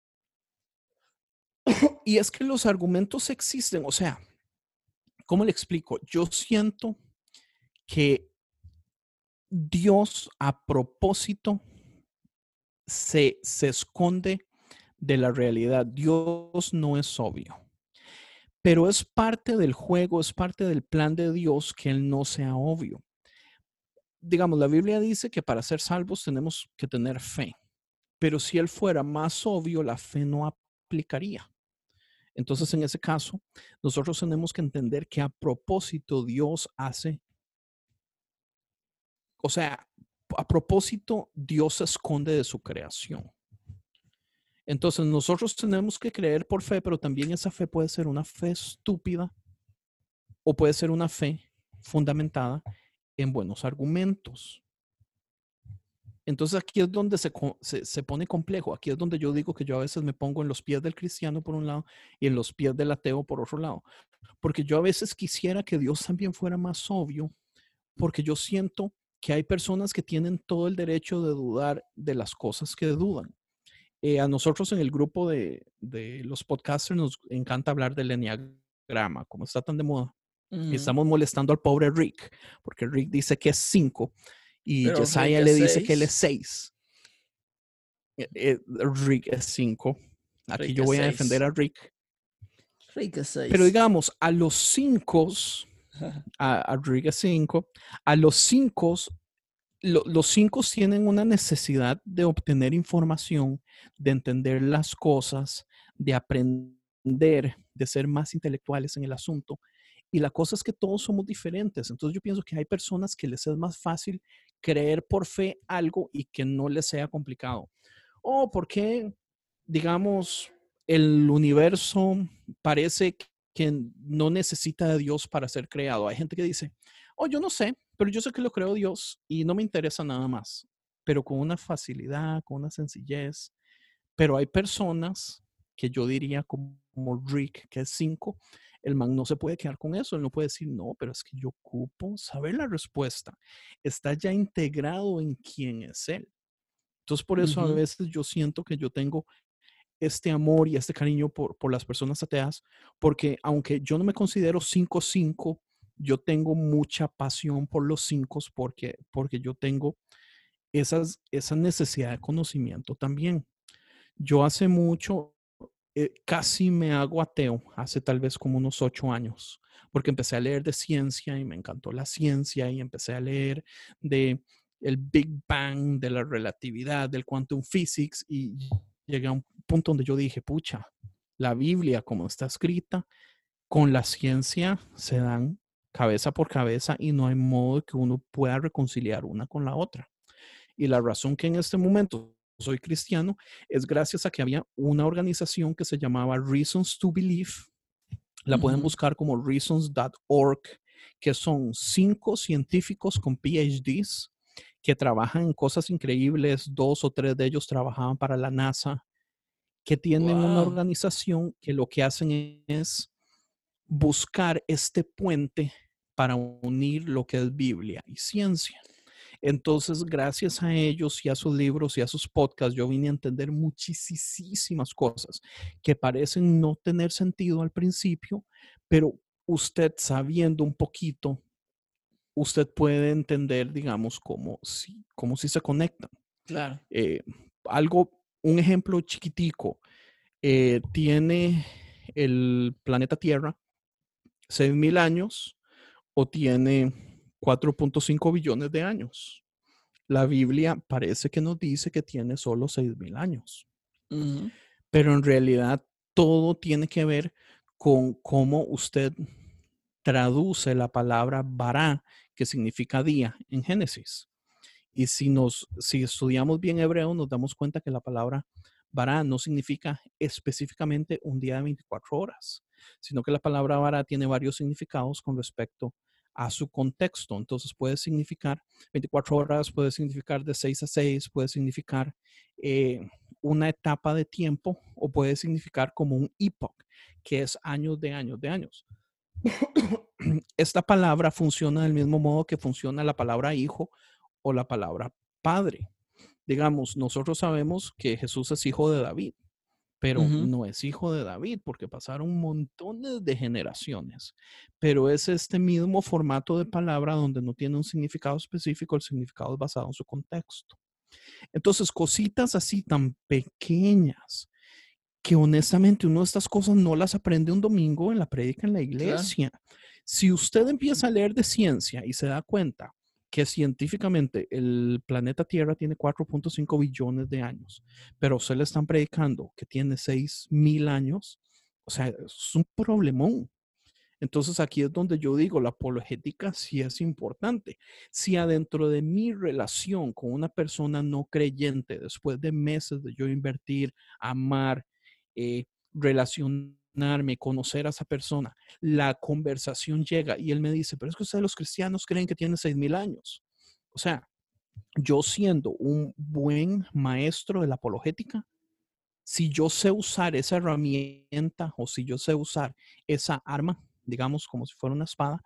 Y es que los argumentos existen, o sea, ¿cómo le explico? Yo siento que Dios a propósito se, se esconde de la realidad. Dios no es obvio, pero es parte del juego, es parte del plan de Dios que Él no sea obvio. Digamos, la Biblia dice que para ser salvos tenemos que tener fe, pero si Él fuera más obvio, la fe no aplicaría. Entonces, en ese caso, nosotros tenemos que entender que a propósito Dios hace, o sea, a propósito Dios se esconde de su creación. Entonces, nosotros tenemos que creer por fe, pero también esa fe puede ser una fe estúpida o puede ser una fe fundamentada en buenos argumentos. Entonces aquí es donde se, se, se, pone complejo. Aquí es donde yo digo que yo a veces me pongo en los pies del cristiano por un lado y en los pies del ateo por otro lado. Porque yo a veces quisiera que Dios también fuera más obvio, porque yo siento que hay personas que tienen todo el derecho de dudar de las cosas que dudan. Eh, a nosotros en el grupo de, de los podcasters nos encanta hablar del enneagrama, como está tan de moda. Uh-huh. Estamos molestando al pobre Rick, porque Rick dice que es cinco y Pero Jesiah le dice que él es seis. Eh, eh, Rick es cinco. Aquí Rick yo es voy a seis. defender a Rick. Rick es seis. Pero digamos, a los cinco, a, a Rick es cinco, a los cinco, lo, los cinco tienen una necesidad de obtener información, de entender las cosas, de aprender, de ser más intelectuales en el asunto. Y la cosa es que todos somos diferentes. Entonces yo pienso que hay personas que les es más fácil creer por fe algo y que no les sea complicado. O oh, porque, digamos, el universo parece que no necesita de Dios para ser creado. Hay gente que dice, oh, yo no sé, pero yo sé que lo creó Dios y no me interesa nada más. Pero con una facilidad, con una sencillez. Pero hay personas que yo diría como Rick, que es cinco, el man no se puede quedar con eso, él no puede decir, no, pero es que yo ocupo saber la respuesta. Está ya integrado en quién es él. Entonces, por eso uh-huh. a veces yo siento que yo tengo este amor y este cariño por, por las personas ateas, porque aunque yo no me considero cinco cinco, yo tengo mucha pasión por los cinco porque, porque yo tengo esas, esa necesidad de conocimiento también. Yo hace mucho, eh, casi me hago ateo, hace tal vez como unos ocho años, porque empecé a leer de ciencia y me encantó la ciencia y empecé a leer de el Big Bang, de la relatividad, del quantum physics y llegué a un punto donde yo dije, pucha, la Biblia como está escrita, con la ciencia se dan cabeza por cabeza y no hay modo que uno pueda reconciliar una con la otra. Y la razón que en este momento soy cristiano es gracias a que había una organización que se llamaba Reasons to Believe. La uh-huh. pueden buscar como reasons punto org, que son cinco científicos con P H Ds que trabajan en cosas increíbles. Dos o tres de ellos trabajaban para la NASA, que tienen wow. una organización que lo que hacen es buscar este puente para unir lo que es Biblia y ciencia. Entonces, gracias a ellos y a sus libros y a sus podcasts, yo vine a entender muchísimas cosas que parecen no tener sentido al principio, pero usted sabiendo un poquito, usted puede entender, digamos, cómo si, cómo si se conectan. Claro. Eh, algo, un ejemplo chiquitico, eh, tiene el planeta Tierra seis mil años o tiene cuatro punto cinco billones de años. La Biblia parece que nos dice que tiene solo seis mil años. Ujú. Pero en realidad todo tiene que ver con cómo usted traduce la palabra bará, que significa día, en Génesis. Y si, nos, si estudiamos bien hebreo, nos damos cuenta que la palabra bará no significa específicamente un día de veinticuatro horas, sino que la palabra bará tiene varios significados con respecto a su contexto. Entonces puede significar veinticuatro horas, puede significar de seis a seis, puede significar eh, una etapa de tiempo o puede significar como un epoch, que es años de años de años. Esta palabra funciona del mismo modo que funciona la palabra hijo o la palabra padre. Digamos, nosotros sabemos que Jesús es hijo de David, pero Ujú. no es hijo de David porque pasaron montones de generaciones. Pero es este mismo formato de palabra donde no tiene un significado específico, el significado es basado en su contexto. Entonces, cositas así tan pequeñas que honestamente uno de estas cosas no las aprende un domingo en la prédica en la Claro. iglesia. Si usted empieza a leer de ciencia y se da cuenta que científicamente el planeta Tierra tiene cuatro punto cinco billones de años, pero se le están predicando que tiene seis mil años, o sea, es un problemón. Entonces aquí es donde yo digo, la apologética sí es importante. Si adentro de mi relación con una persona no creyente, después de meses de yo invertir, amar, eh, relacionarme, conocer a esa persona, la conversación llega y él me dice, pero es que ustedes los cristianos creen que tiene seis mil años. O sea, yo siendo un buen maestro de la apologética, si yo sé usar esa herramienta o si yo sé usar esa arma, digamos como si fuera una espada,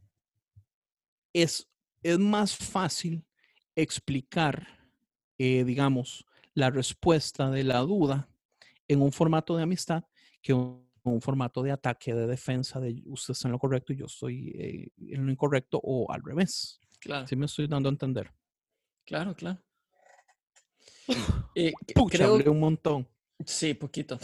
es, es más fácil explicar, eh, digamos, la respuesta de la duda en un formato de amistad que un, un formato de ataque, de defensa, de usted está en lo correcto y yo estoy eh, en lo incorrecto o al revés. Claro, ¿Sí me estoy dando a entender? claro, claro. Eh, c- Pucha, creo, hablé un montón. sí, poquito.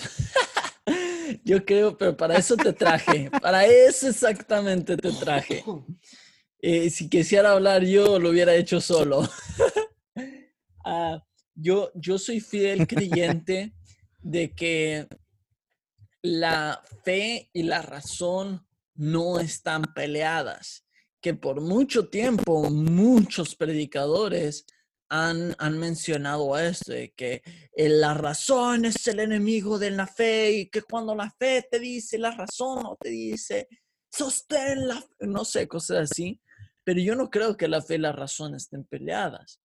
Yo creo, pero para eso te traje, para eso exactamente te traje. Eh, si quisiera hablar yo, lo hubiera hecho solo. Ah, yo, yo soy fiel creyente de que la fe y la razón no están peleadas, que por mucho tiempo muchos predicadores han, han mencionado esto, de que eh, la razón es el enemigo de la fe y que cuando la fe te dice la razón o te dice sostén la fe, no sé, cosas así, pero yo no creo que la fe y la razón estén peleadas,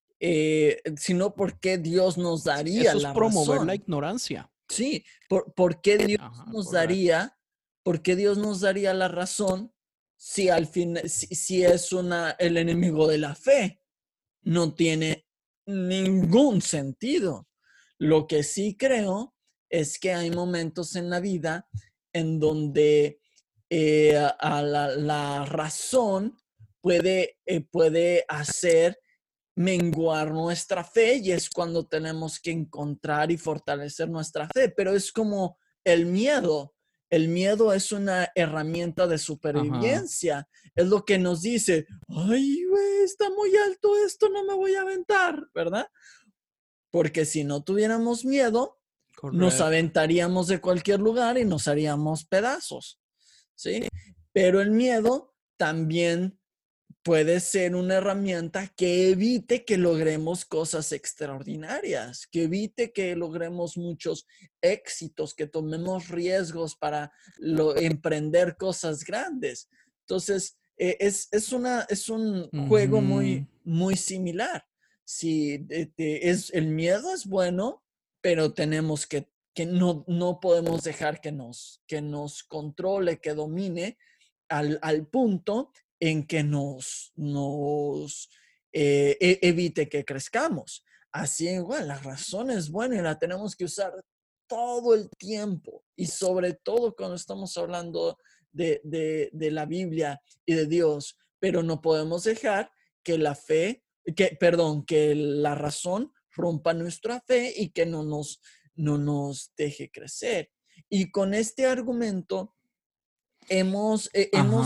eh, sino porque Dios nos Sí, daría eso es la promover la razón. ignorancia. Sí, ¿por, por qué Dios Ajá, nos correcto. daría, por qué Dios nos daría la razón si al fin, si, si es una, el enemigo de la fe? No tiene ningún sentido. Lo que sí creo es que hay momentos en la vida en donde eh, a la, la razón puede, eh, puede hacer menguar nuestra fe y es cuando tenemos que encontrar y fortalecer nuestra fe, pero es como el miedo. El miedo es una herramienta de Ajá, supervivencia. Es lo que nos dice, ay, güey, está muy alto esto, no me voy a aventar, ¿verdad? Porque si no tuviéramos miedo, nos correcto. aventaríamos de cualquier lugar y nos haríamos pedazos, ¿sí? Pero el miedo también puede ser una herramienta que evite que logremos cosas extraordinarias, que evite que logremos muchos éxitos, que tomemos riesgos para lo, emprender cosas grandes. Entonces, eh, es, es, una, es un juego Ujú. muy, muy similar. Si de, de, es, el miedo es bueno, pero tenemos que, que no, no podemos dejar que nos, que nos controle, que domine al, al punto en que nos, nos eh, e, evite que crezcamos. Así igual, la razón es buena y la tenemos que usar todo el tiempo y sobre todo cuando estamos hablando de, de, de la Biblia y de Dios, pero no podemos dejar que la fe, que, perdón, que la razón rompa nuestra fe y que no nos, no nos deje crecer. Y con este argumento hemos, eh, Ajá. hemos,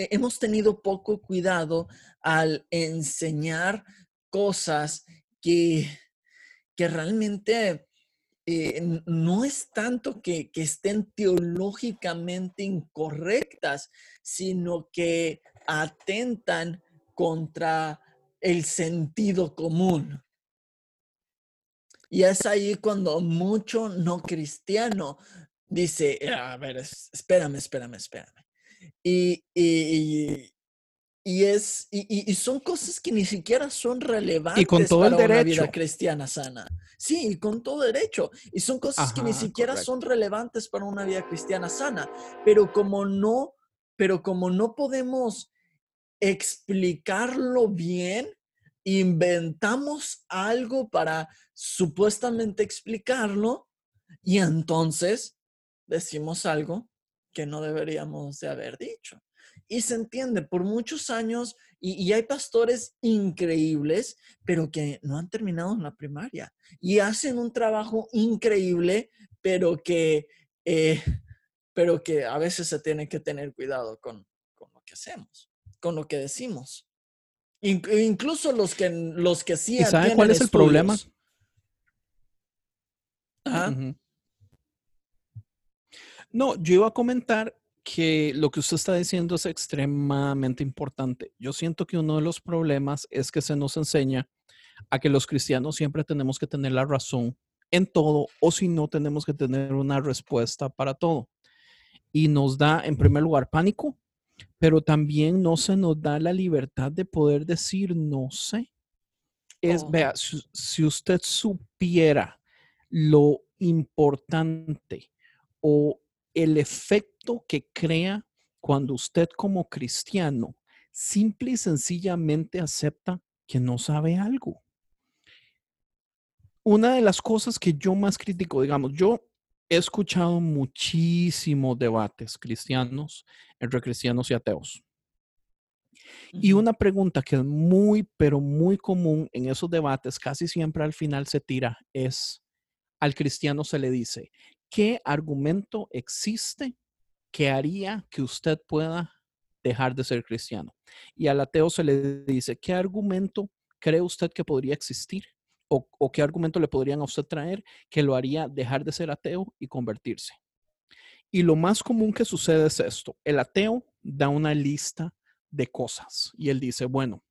hemos tenido poco cuidado al enseñar cosas que, que realmente eh, no es tanto que, que estén teológicamente incorrectas, sino que atentan contra el sentido común. Y es ahí cuando mucho no cristiano dice, a ver, espérame, espérame, espérame. Y, y, y es, y, y, son cosas que ni siquiera son Y con relevantes todo el para una vida derecho. cristiana sana. Sí, y con todo derecho. Y son cosas Ajá, que ni siquiera correcto. son relevantes para una vida cristiana sana. Pero como no, pero como no podemos explicarlo bien, inventamos algo para supuestamente explicarlo y entonces decimos algo que no deberíamos de haber dicho. Y se entiende, por muchos años, y, y hay pastores increíbles, pero que no han terminado en la primaria y hacen un trabajo increíble, pero que, eh, pero que a veces se tiene que tener cuidado con, con lo que hacemos, con lo que decimos. Incluso los que, los que sí ¿Y sabe cuál tienen es el problema? estudios. Ajá. Uh-huh. No, yo iba a comentar que lo que usted está diciendo es extremadamente importante. Yo siento que uno de los problemas es que se nos enseña a que los cristianos siempre tenemos que tener la razón en todo, o si no, tenemos que tener una respuesta para todo. Y nos da, en primer lugar, pánico, pero también no se nos da la libertad de poder decir no sé. Es, Oh. vea, si, si usted supiera lo importante o el efecto que crea cuando usted como cristiano simple y sencillamente acepta que no sabe algo. Una de las cosas que yo más critico, digamos, yo he escuchado muchísimos debates cristianos entre cristianos y ateos. Y una pregunta que es muy, pero muy común en esos debates, casi siempre al final se tira, es al cristiano se le dice, ¿qué argumento existe que haría que usted pueda dejar de ser cristiano? Y al ateo se le dice, ¿qué argumento cree usted que podría existir? ¿O, o qué argumento le podrían a usted traer que lo haría dejar de ser ateo y convertirse? Y lo más común que sucede es esto. El ateo da una lista de cosas y él dice, bueno,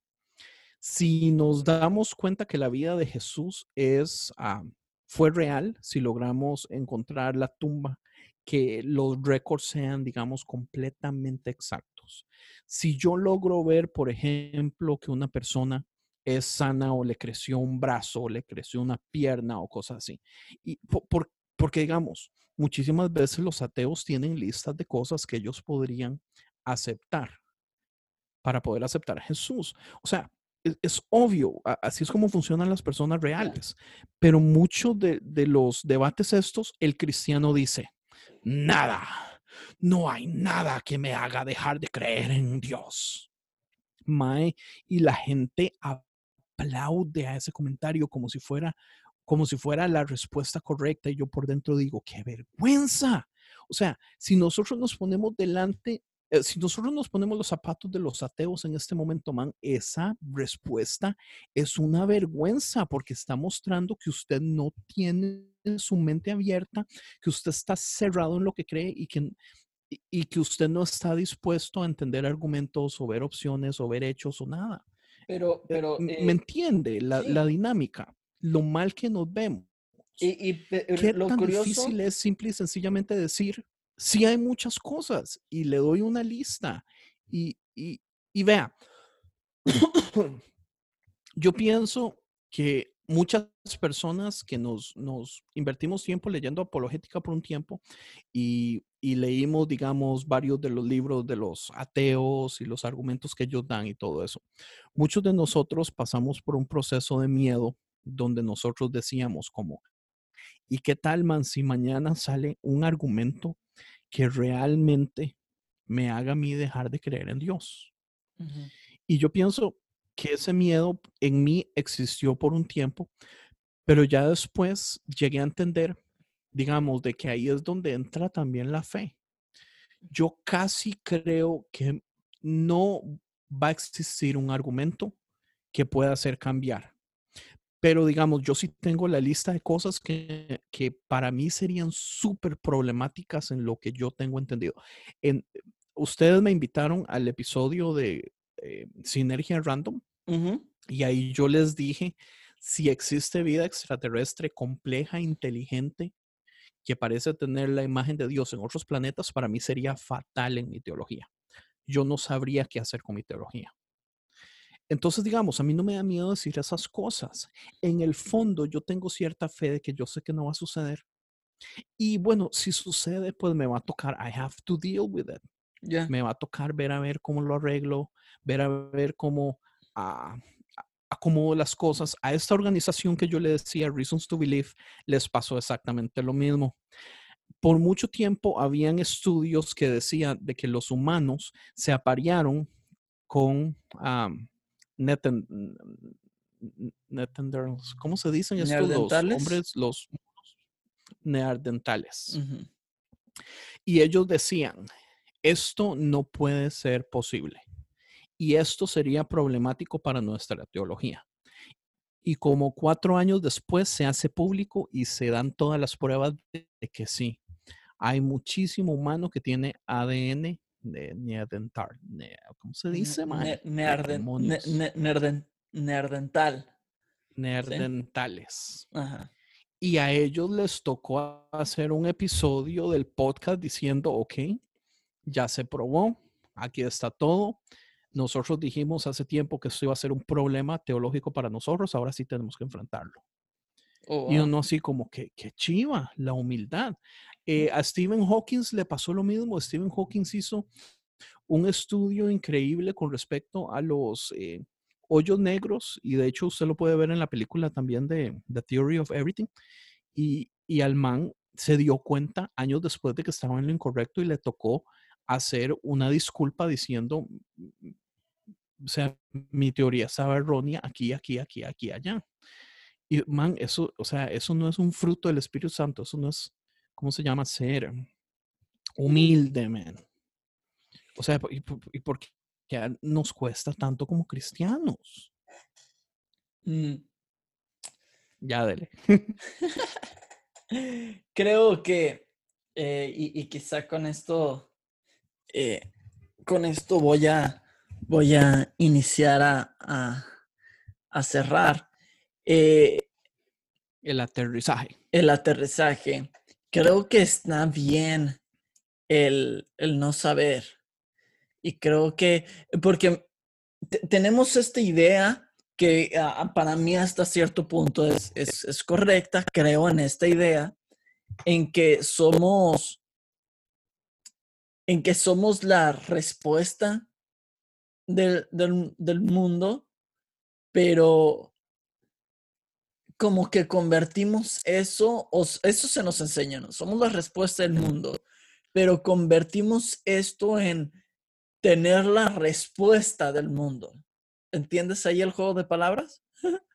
si nos damos cuenta que la vida de Jesús es, uh, fue real, si logramos encontrar la tumba, que los récords sean, digamos, completamente exactos. Si yo logro ver, por ejemplo, que una persona es sana o le creció un brazo o le creció una pierna o cosas así. Y por, por, porque, digamos, muchísimas veces los ateos tienen listas de cosas que ellos podrían aceptar para poder aceptar a Jesús. O sea, es, es obvio, a, así es como funcionan las personas reales. Pero muchos de, de los debates estos, el cristiano dice, nada, no hay nada que me haga dejar de creer en Dios. Mae, y la gente aplaude a ese comentario como si fuera, como si fuera la respuesta correcta. Y yo por dentro digo, qué vergüenza. O sea, si nosotros nos ponemos delante, eh, si nosotros nos ponemos los zapatos de los ateos en este momento, man, esa respuesta es una vergüenza porque está mostrando que usted no tiene su mente abierta, que usted está cerrado en lo que cree y que, y, y que usted no está dispuesto a entender argumentos o ver opciones o ver hechos o nada. Pero, Eh, pero, ¿Me eh, entiende la, la sí. dinámica? Lo mal que nos vemos. Y, y ¿Qué lo tan curioso, difícil es simple y sencillamente decir, sí hay muchas cosas y le doy una lista? Y, y, y vea, yo pienso que muchas personas que nos, nos invertimos tiempo leyendo apologética por un tiempo y, y leímos, digamos, varios de los libros de los ateos y los argumentos que ellos dan y todo eso. Muchos de nosotros pasamos por un proceso de miedo donde nosotros decíamos como, ¿y qué tal, man, si mañana sale un argumento que realmente me haga a mí dejar de creer en Dios? uh-huh. Y yo pienso que ese miedo en mí existió por un tiempo, pero ya después llegué a entender, digamos, de que ahí es donde entra también la fe. Yo casi creo que no va a existir un argumento que pueda hacer cambiar. Pero digamos, yo sí tengo la lista de cosas que, que para mí serían súper problemáticas en lo que yo tengo entendido. En, ustedes me invitaron al episodio de eh, Sinergia Random Ujú. y ahí yo les dije, si existe vida extraterrestre compleja, inteligente, que parece tener la imagen de Dios en otros planetas, para mí sería fatal en mi teología. Yo no sabría qué hacer con mi teología. Entonces, digamos, a mí no me da miedo decir esas cosas. En el fondo, yo tengo cierta fe de que yo sé que no va a suceder. Y bueno, si sucede, pues me va a tocar, I have to deal with it. Ya. Me va a tocar ver a ver cómo lo arreglo, ver a ver cómo ah, a- acomodo las cosas. A esta organización que yo le decía, Reasons to Believe, les pasó exactamente lo mismo. Por mucho tiempo habían estudios que decían de que los humanos se aparearon con um, Neten, Neanderthals. ¿Cómo se dicen estos? Los ¿Neandertales? hombres, los neandertales. Ujú. Y ellos decían, esto no puede ser posible. Y esto sería problemático para nuestra teología. Y como cuatro años después se hace público y se dan todas las pruebas de que sí, hay muchísimo humano que tiene A D N de neandertal. Ne- ¿Cómo se Ne- dice, ne- mae? nearden- ne- Demonios. ne- nerden- Neandertal. ¿Sí? Neandertales. Ajá. Y a ellos les tocó hacer un episodio del podcast diciendo, ok, ya se probó, aquí está todo. Nosotros dijimos hace tiempo que esto iba a ser un problema teológico para nosotros, ahora sí tenemos que enfrentarlo. Oh, Y wow. uno así como que, que chiva, la humildad. Eh, a Stephen Hawking le pasó lo mismo. Stephen Hawking hizo un estudio increíble con respecto a los eh, hoyos negros y de hecho usted lo puede ver en la película también de The Theory of Everything y, y al man se dio cuenta años después de que estaba en lo incorrecto y le tocó hacer una disculpa diciendo, o sea, mi teoría estaba errónea aquí, aquí, aquí, aquí, allá. Y man, eso, o sea, eso no es un fruto del Espíritu Santo, eso no es, ¿cómo se llama? Ser humilde, man. O sea, ¿y por, y por qué nos cuesta tanto como cristianos? Mm. Ya, dele. Creo que, eh, y, y quizá con esto, eh, con esto voy a, voy a iniciar a, a, a cerrar eh, El aterrizaje. el aterrizaje. Creo que está bien el, el no saber. Y creo que, porque te- tenemos esta idea que uh, para mí hasta cierto punto es, es, es correcta, creo en esta idea, en que somos, en que somos la respuesta del, del, del mundo, pero como que convertimos eso, o eso se nos enseña, ¿no? Somos la respuesta del mundo, pero convertimos esto en tener la respuesta del mundo. ¿Entiendes ahí el juego de palabras?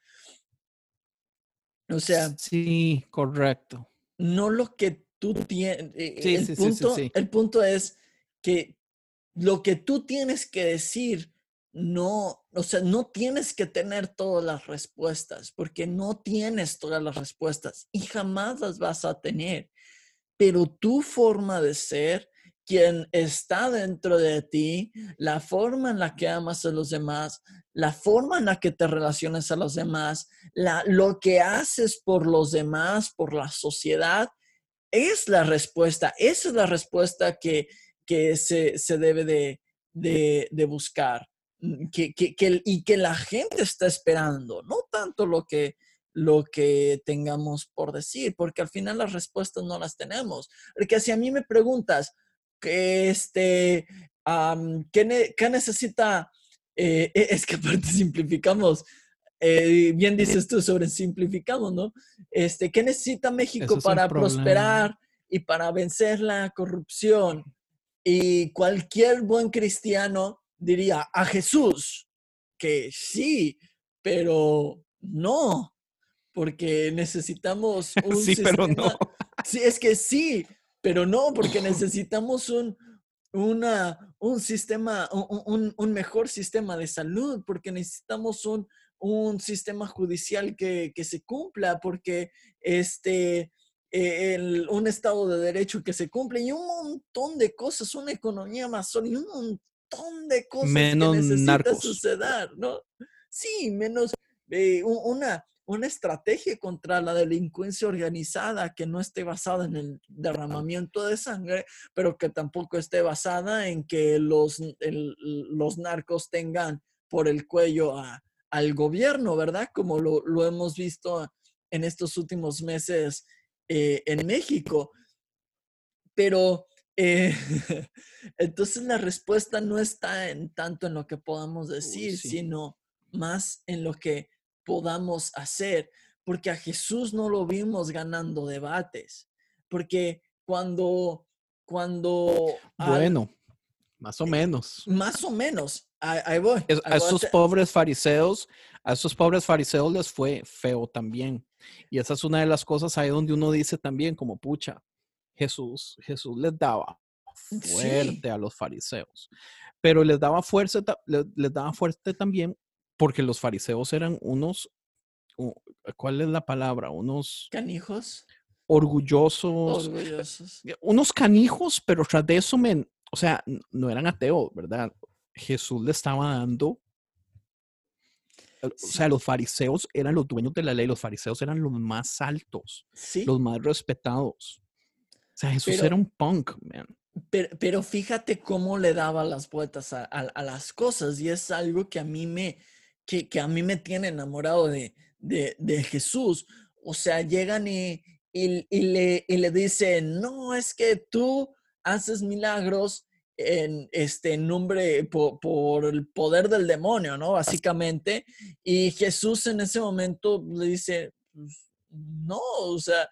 O sea, Sí, correcto. no lo que tú tienes, Sí, el sí, sí, sí, punto, sí. el punto es que lo que tú tienes que decir, no, o sea, no tienes que tener todas las respuestas, porque no tienes todas las respuestas y jamás las vas a tener. Pero tu forma de ser, quien está dentro de ti, la forma en la que amas a los demás, la forma en la que te relacionas a los demás, la, lo que haces por los demás, por la sociedad, es la respuesta. Esa es la respuesta que, que se, se debe de, de, de buscar que, que, que, y que la gente está esperando, no tanto lo que, lo que tengamos por decir, porque al final las respuestas no las tenemos. Porque si a mí me preguntas, que este, um, ¿qué, ne ¿qué, necesita? Eh, es que aparte simplificamos, eh, bien dices tú sobre simplificamos, ¿no? Este, ¿qué necesita Ese México es el para problema. prosperar y para vencer la corrupción? Y cualquier buen cristiano diría a Jesús, que sí, pero no, porque necesitamos un Sí, pero no. sistema. Sí, es que sí, pero no, porque necesitamos un, una, un sistema, un, un- un mejor sistema de salud, porque necesitamos un, un sistema judicial que, que se cumpla, porque este, eh, el- un estado de derecho que se cumple y un montón de cosas, una economía más sólida, un montón de cosas que Menos necesita narcos. suceder, ¿no? Sí, menos eh, u- una, una estrategia contra la delincuencia organizada que no esté basada en el derramamiento de sangre, pero que tampoco esté basada en que los, el- los narcos tengan por el cuello a, al gobierno, ¿verdad? Como lo, lo hemos visto en estos últimos meses eh, en México. Pero eh, entonces la respuesta no está en tanto en lo que podamos Uy, decir, sí. sino más en lo que podamos hacer, porque a Jesús no lo vimos ganando debates, porque cuando, cuando, al, Bueno, más o menos. más o menos, ahí, ahí voy, Es- ahí a voy a esos te- pobres fariseos, a esos pobres fariseos les fue feo también. Y esa es una de las cosas ahí donde uno dice también como pucha, Jesús, Jesús les daba sí, fuerte a los fariseos, pero les daba fuerza, ta- les, les daba fuerte también porque los fariseos eran unos, u- ¿cuál es la palabra? Unos canijos, orgullosos, orgullosos. unos canijos, pero tras de eso, men, o sea, n- no eran ateos, ¿verdad? Jesús le estaba dando, eh, o sea, Sí, los fariseos eran los dueños de la ley, los fariseos eran los más altos, sí, los más respetados. O sea, Jesús era pero un punk, man. Pero, pero fíjate cómo le daba las vueltas a, a- a las cosas y es algo que a mí me, que, que a mí me tiene enamorado de, de, de Jesús. O sea, llegan y, y, y le, y le dicen, no, es que tú haces milagros en este nombre, por, por el poder del demonio, ¿no? Básicamente. Y Jesús en ese momento le dice, "Pues, no, o sea,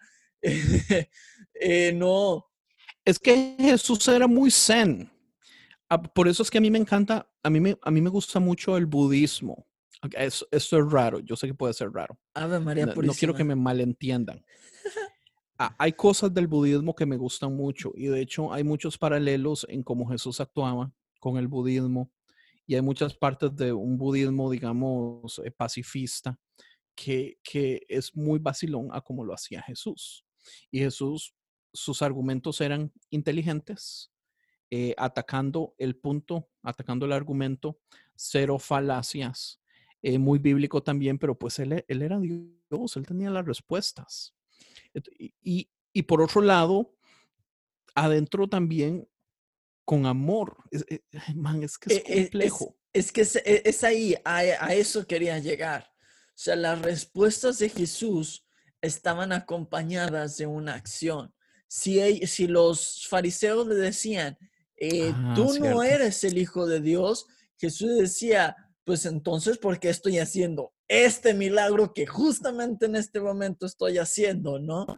eh, no. Es que Jesús era muy zen. Ah, por eso es que a mí me encanta, a mí me, a mí me gusta mucho el budismo. Ok, es- esto es raro, yo sé que puede ser raro. Ave María No, no quiero que Purísima. me malentiendan. Ah, hay cosas del budismo que me gustan mucho y de hecho hay muchos paralelos en cómo Jesús actuaba con el budismo y hay muchas partes de un budismo, digamos, eh, pacifista que, que es muy vacilón a como lo hacía Jesús. Y Jesús, sus argumentos eran inteligentes, eh, atacando el punto, atacando el argumento, cero falacias, eh, muy bíblico también, pero pues él, él era Dios, él tenía las respuestas. Y, y, y por otro lado, adentro también con amor. Es, es, man, es que es E- e- Es, complejo. es que es, e- es ahí, a, a eso quería llegar. O sea, las respuestas de Jesús estaban acompañadas de una acción. Si, ell- si los fariseos le decían, eh, Ah, tú no cierto. eres el Hijo de Dios, Jesús decía, pues entonces, ¿por qué estoy haciendo este milagro que justamente en este momento estoy haciendo, no?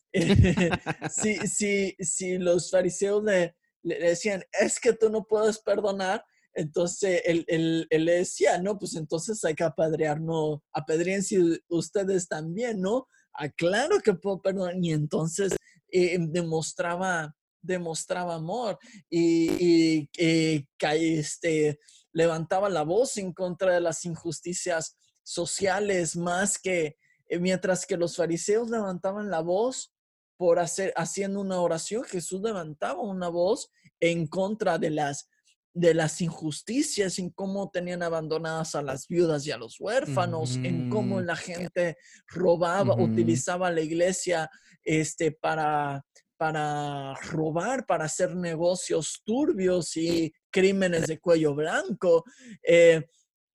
si, si, si los fariseos le, le decían, es que tú no puedes perdonar, entonces él, él, él le decía, no, pues entonces hay que apedrearnos, apedreen si ustedes también, ¿no? Ah, claro que puedo perdonar. Y entonces eh, demostraba, demostraba amor y, y eh, este, levantaba la voz en contra de las injusticias sociales más que, eh, mientras que los fariseos levantaban la voz por hacer, haciendo una oración, Jesús levantaba una voz en contra de las, de las injusticias, en cómo tenían abandonadas a las viudas y a los huérfanos, en cómo Ujú, la gente robaba, ujú, utilizaba la iglesia este, para, para robar, para hacer negocios turbios y crímenes de cuello blanco. Eh,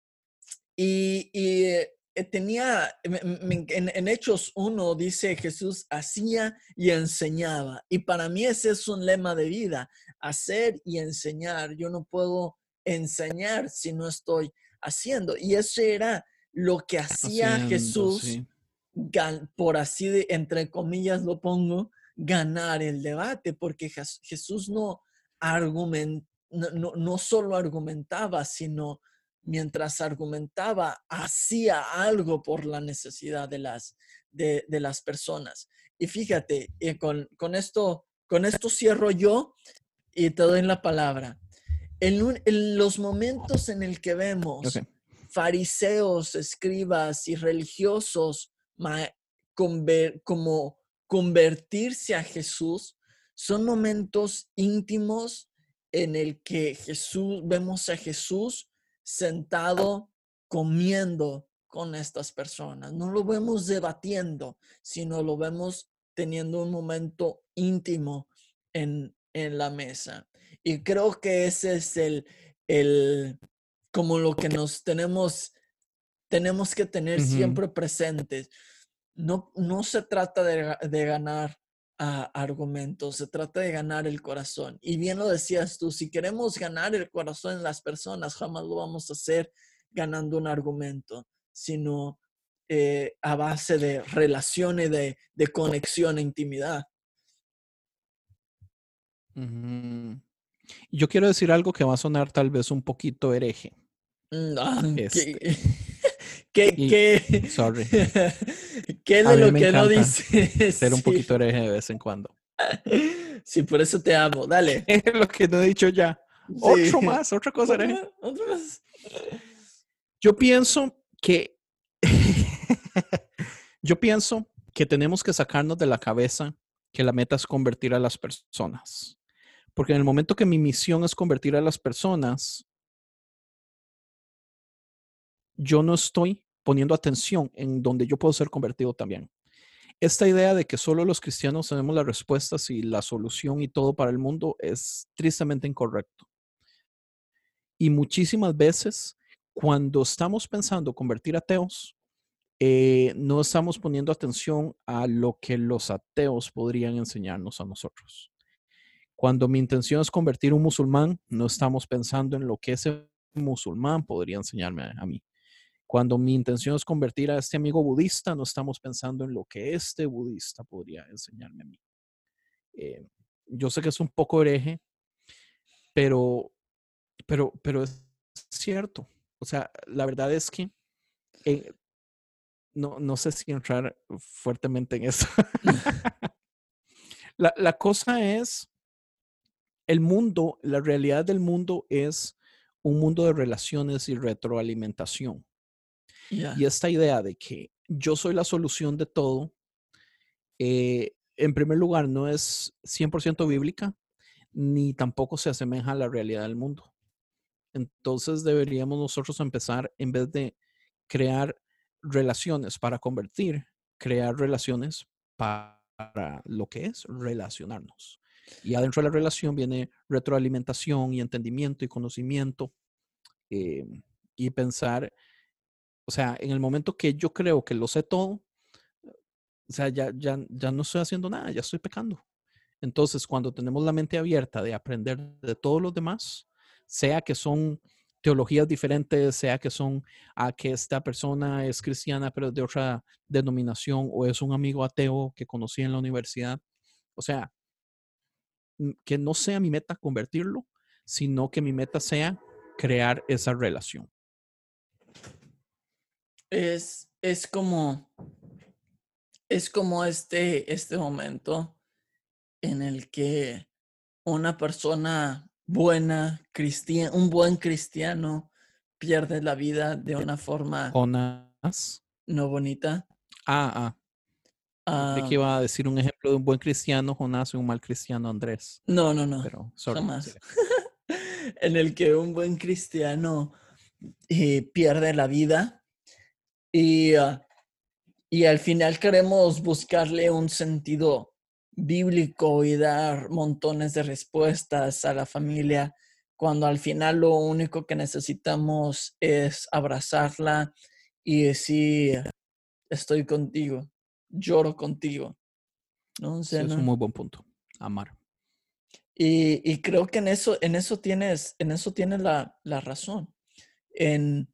y, y eh, tenía, me- me- en, en Hechos uno dice Jesús hacía y enseñaba. Y para mí ese es un lema de vida, hacer y enseñar. Yo no puedo enseñar si no estoy haciendo. Y eso era lo que hacía haciendo, Jesús, sí. gan- por así de, entre comillas lo pongo, ganar el debate, porque Jes- Jesús no argumentaba, no, no, no solo argumentaba, sino mientras argumentaba, hacía algo por la necesidad de las, de, de las personas. Y fíjate, eh, con, con, esto, con esto cierro yo. y te doy la palabra. En, un, en los momentos en el que vemos Ok. fariseos, escribas y religiosos ma, conver, como convertirse a Jesús, son momentos íntimos en el que Jesús, vemos a Jesús sentado comiendo con estas personas. No lo vemos debatiendo, sino lo vemos teniendo un momento íntimo en, en la mesa. Y creo que ese es el, el como lo que nos tenemos, tenemos que tener Ujú. siempre presentes. No, no se trata de, de ganar uh, argumentos, se trata de ganar el corazón. Y bien lo decías tú, si queremos ganar el corazón de las personas, jamás lo vamos a hacer ganando un argumento, sino eh, a base de relación y de, de conexión e intimidad. Ujú. Yo quiero decir algo que va a sonar tal vez un poquito hereje. No, ¿qué, Este, qué, y qué, sorry, qué a de mí lo me que no encanta dices? ser un Sí. poquito hereje de vez en cuando. Sí, por eso te amo. Dale. Es lo que no he dicho ya. Sí. Otro más, otra cosa ¿Otro hereje. más? ¿Otro más? Yo pienso que yo pienso que tenemos que sacarnos de la cabeza que la meta es convertir a las personas. Porque en el momento que mi misión es convertir a las personas, yo no estoy poniendo atención en donde yo puedo ser convertido también. Esta idea de que solo los cristianos tenemos las respuestas y la solución y todo para el mundo es tristemente incorrecto. Y muchísimas veces, cuando estamos pensando convertir ateos, eh, no estamos poniendo atención a lo que los ateos podrían enseñarnos a nosotros. Cuando mi intención es convertir un musulmán, no estamos pensando en lo que ese musulmán podría enseñarme a, a mí. Cuando mi intención es convertir a este amigo budista, no estamos pensando en lo que este budista podría enseñarme a mí. Eh, yo sé que es un poco hereje, pero, pero, pero es cierto. O sea, la verdad es que eh, no, no sé si entrar fuertemente en eso. la, la cosa es, el mundo, la realidad del mundo es un mundo de relaciones y retroalimentación. Y Ya. esta idea de que yo soy la solución de todo, eh, en primer lugar, no es cien por ciento bíblica, ni tampoco se asemeja a la realidad del mundo. Entonces deberíamos nosotros empezar, en vez de crear relaciones para convertir, crear relaciones para lo que es relacionarnos. Y adentro de la relación viene retroalimentación y entendimiento y conocimiento eh, y pensar, o sea, en el momento que yo creo que lo sé todo, o sea, ya, ya, ya no estoy haciendo nada, ya estoy pecando. Entonces, cuando tenemos la mente abierta de aprender de todos los demás, sea que son teologías diferentes, sea que son a que esta persona es cristiana pero es de otra denominación o es un amigo ateo que conocí en la universidad, o sea, que no sea mi meta convertirlo, sino que mi meta sea crear esa relación. Es, es como, es como este, este momento en el que una persona buena, cristiana, un buen cristiano pierde la vida de una forma Jonás. no bonita. Ah, ah. Yo creí que Uh, iba a decir un ejemplo de un buen cristiano, Jonás, y un mal cristiano, Andrés. no, no, no, Pero, sorry. jamás. Sigue. En el que un buen cristiano eh, pierde la vida y, uh, y al final queremos buscarle un sentido bíblico y dar montones de respuestas a la familia, cuando al final lo único que necesitamos es abrazarla y decir, estoy contigo, lloro contigo, ¿no? O sea, Sí, es un ¿no? muy buen punto. Amar. Y, y creo que en eso, en eso tienes, en eso tienes la, la razón. En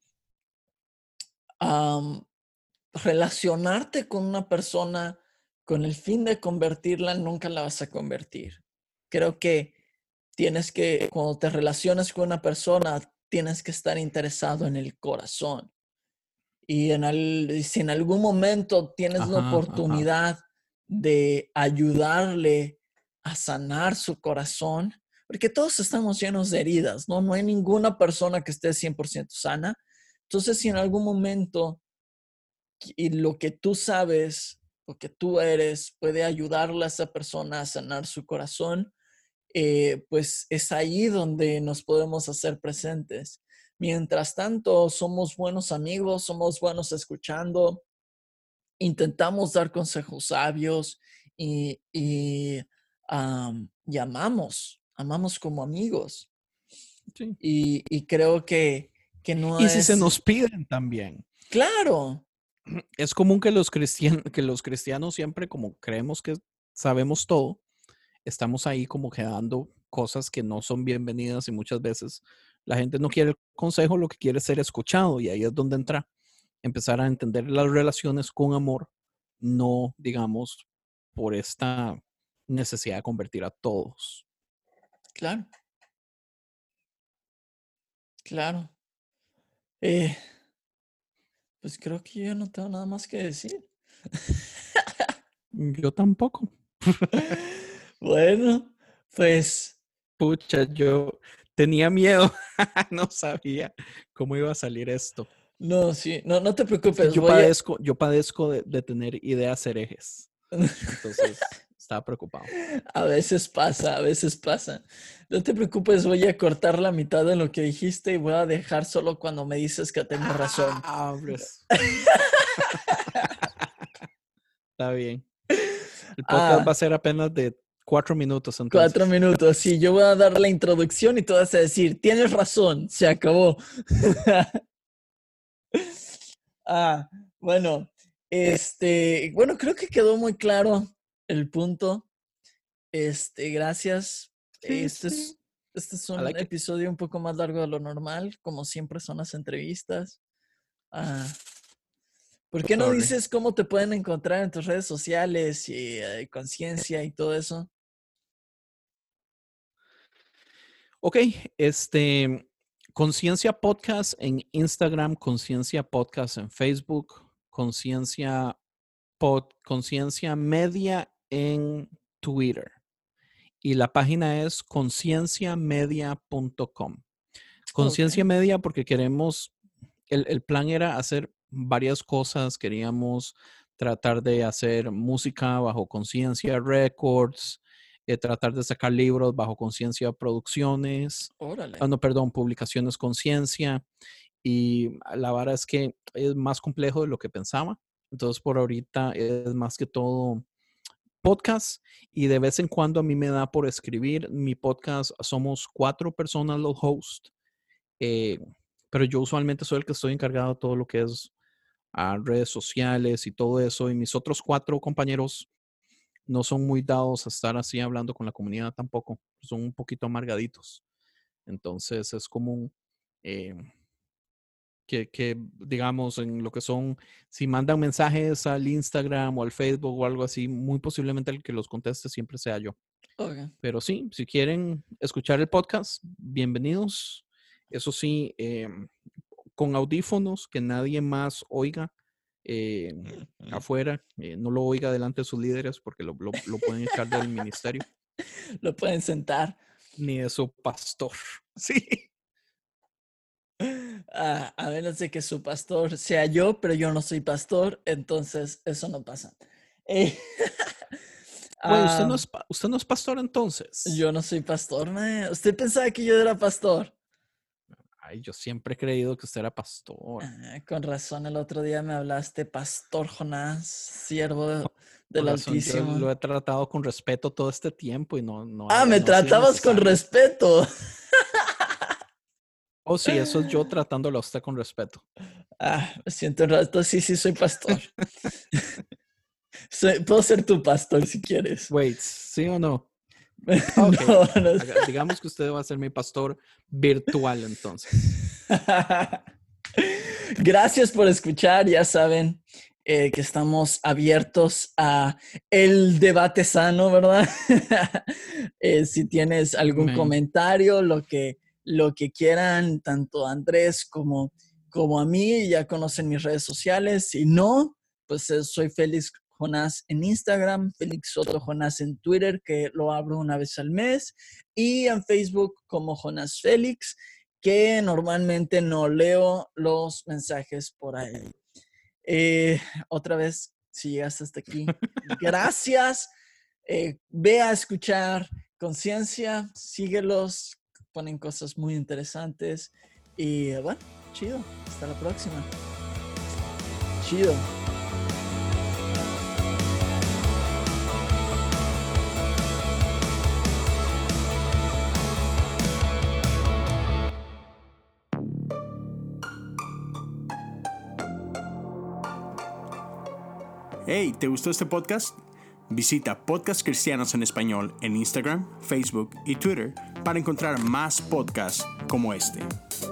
um, relacionarte con una persona con el fin de convertirla, nunca la vas a convertir. Creo que tienes que, cuando te relacionas con una persona, tienes que estar interesado en el corazón. Y en el, si en algún momento tienes la Ajá, ajá. oportunidad de ayudarle a sanar su corazón, porque todos estamos llenos de heridas, ¿no? No hay ninguna persona que esté cien por ciento sana. Entonces, si en algún momento y lo que tú sabes, lo que tú eres, puede ayudarle a esa persona a sanar su corazón, eh, pues es ahí donde nos podemos hacer presentes. Mientras tanto, somos buenos amigos, somos buenos escuchando, intentamos dar consejos sabios y, y, um, y amamos, amamos como amigos. Sí. Y, y creo que, que no Y si se es... nos piden también. Claro. Es común que los, cristian, que los cristianos siempre, como creemos que sabemos todo, estamos ahí como quedando cosas que no son bienvenidas y muchas veces la gente no quiere el consejo, lo que quiere es ser escuchado y ahí es donde entra empezar a entender las relaciones con amor, no, digamos, por esta necesidad de convertir a todos. Claro. Claro. Eh, pues creo que yo no tengo nada más que decir. Yo tampoco. Bueno, pues Pucha, yo tenía miedo, no sabía cómo iba a salir esto. no, sí, no, no te Es que preocupes, yo voy a... padezco, yo padezco de, de tener ideas herejes. Entonces, estaba preocupado. A veces pasa, a veces pasa. No te preocupes, voy a cortar la mitad de lo que dijiste y voy a dejar solo cuando me dices que tengo razón. Ah, pues. Está bien. El podcast va Ah, a ser apenas de cuatro minutos cuatro entonces. minutos. Sí, yo voy a dar la introducción y tú vas a decir, tienes razón, se acabó. Ah, bueno, este, bueno, creo que quedó muy claro el punto. Este, gracias. Sí, Este sí. es, este es I un like it. episodio un poco más largo de lo normal, como siempre son las entrevistas. Ah, ¿por qué no Sorry. dices cómo te pueden encontrar en tus redes sociales y eh, conciencia y todo eso? Ok, este, Conciencia Podcast en Instagram, Conciencia Podcast en Facebook, Conciencia Pod, Conciencia Media en Twitter. Y la página es conciencia media punto com. Ok, Conciencia Media porque queremos, el, el plan era hacer varias cosas, queríamos tratar de hacer música bajo Conciencia Records, eh, tratar de sacar libros bajo Conciencia Producciones, órale. ah, no, perdón, Publicaciones Conciencia, y la verdad es que es más complejo de lo que pensaba, entonces por ahorita es más que todo podcast y de vez en cuando a mí me da por escribir mi podcast, somos cuatro personas los hosts, eh, pero yo usualmente soy el que estoy encargado de todo lo que es a redes sociales y todo eso. Y mis otros cuatro compañeros no son muy dados a estar así hablando con la comunidad tampoco. Son un poquito amargaditos. Entonces es común eh, que, que, digamos, en lo que son, si mandan mensajes al Instagram o al Facebook o algo así, muy posiblemente el que los conteste siempre sea yo. Ok, Pero sí, si quieren escuchar el podcast, bienvenidos. Eso sí, eh, con audífonos, que nadie más oiga eh, afuera, eh, no lo oiga delante de sus líderes porque lo, lo, lo pueden echar del ministerio, lo pueden sentar. ni de su pastor. Sí. Ah, a menos de que su pastor sea yo, pero yo no soy pastor, entonces eso no pasa. Eh, Güey, usted no ah, es, pa- usted no es pastor entonces. yo no soy pastor, mae. ¿Usted pensaba que yo era pastor? Ay, yo siempre he creído que usted era pastor. Ah, con razón, el otro día me hablaste, Pastor Jonás, siervo Con del razón, yo lo Altísimo. he tratado con respeto todo este tiempo y no, no, Ah, ha- me no ha sido tratabas con necesario. respeto. Oh, sí, eso es yo tratándolo a usted con respeto. Ah, me siento un rato, sí, sí, soy pastor. Soy- puedo ser tu pastor si quieres. Wait, ¿sí o no? Ah, ok, No, no. haga- digamos que usted va a ser mi pastor virtual entonces. Gracias por escuchar, ya saben eh, que estamos abiertos a el debate sano, ¿verdad? Eh, si tienes algún Man. comentario, lo que, lo que quieran, tanto Andrés como, como a mí, ya conocen mis redes sociales. Si no, pues eh, soy feliz Jonás en Instagram, Félix Soto Jonás en Twitter, que lo abro una vez al mes, y en Facebook como Jonás Félix, que normalmente no leo los mensajes por ahí. Eh, otra vez, si llegaste hasta aquí, gracias. Eh, ve a escuchar Conciencia, síguelos, ponen cosas muy interesantes. Y bueno, chido. Hasta la próxima. Chido. Hey, ¿te gustó este podcast? Visita Podcast Cristianos en Español en Instagram, Facebook y Twitter para encontrar más podcasts como este.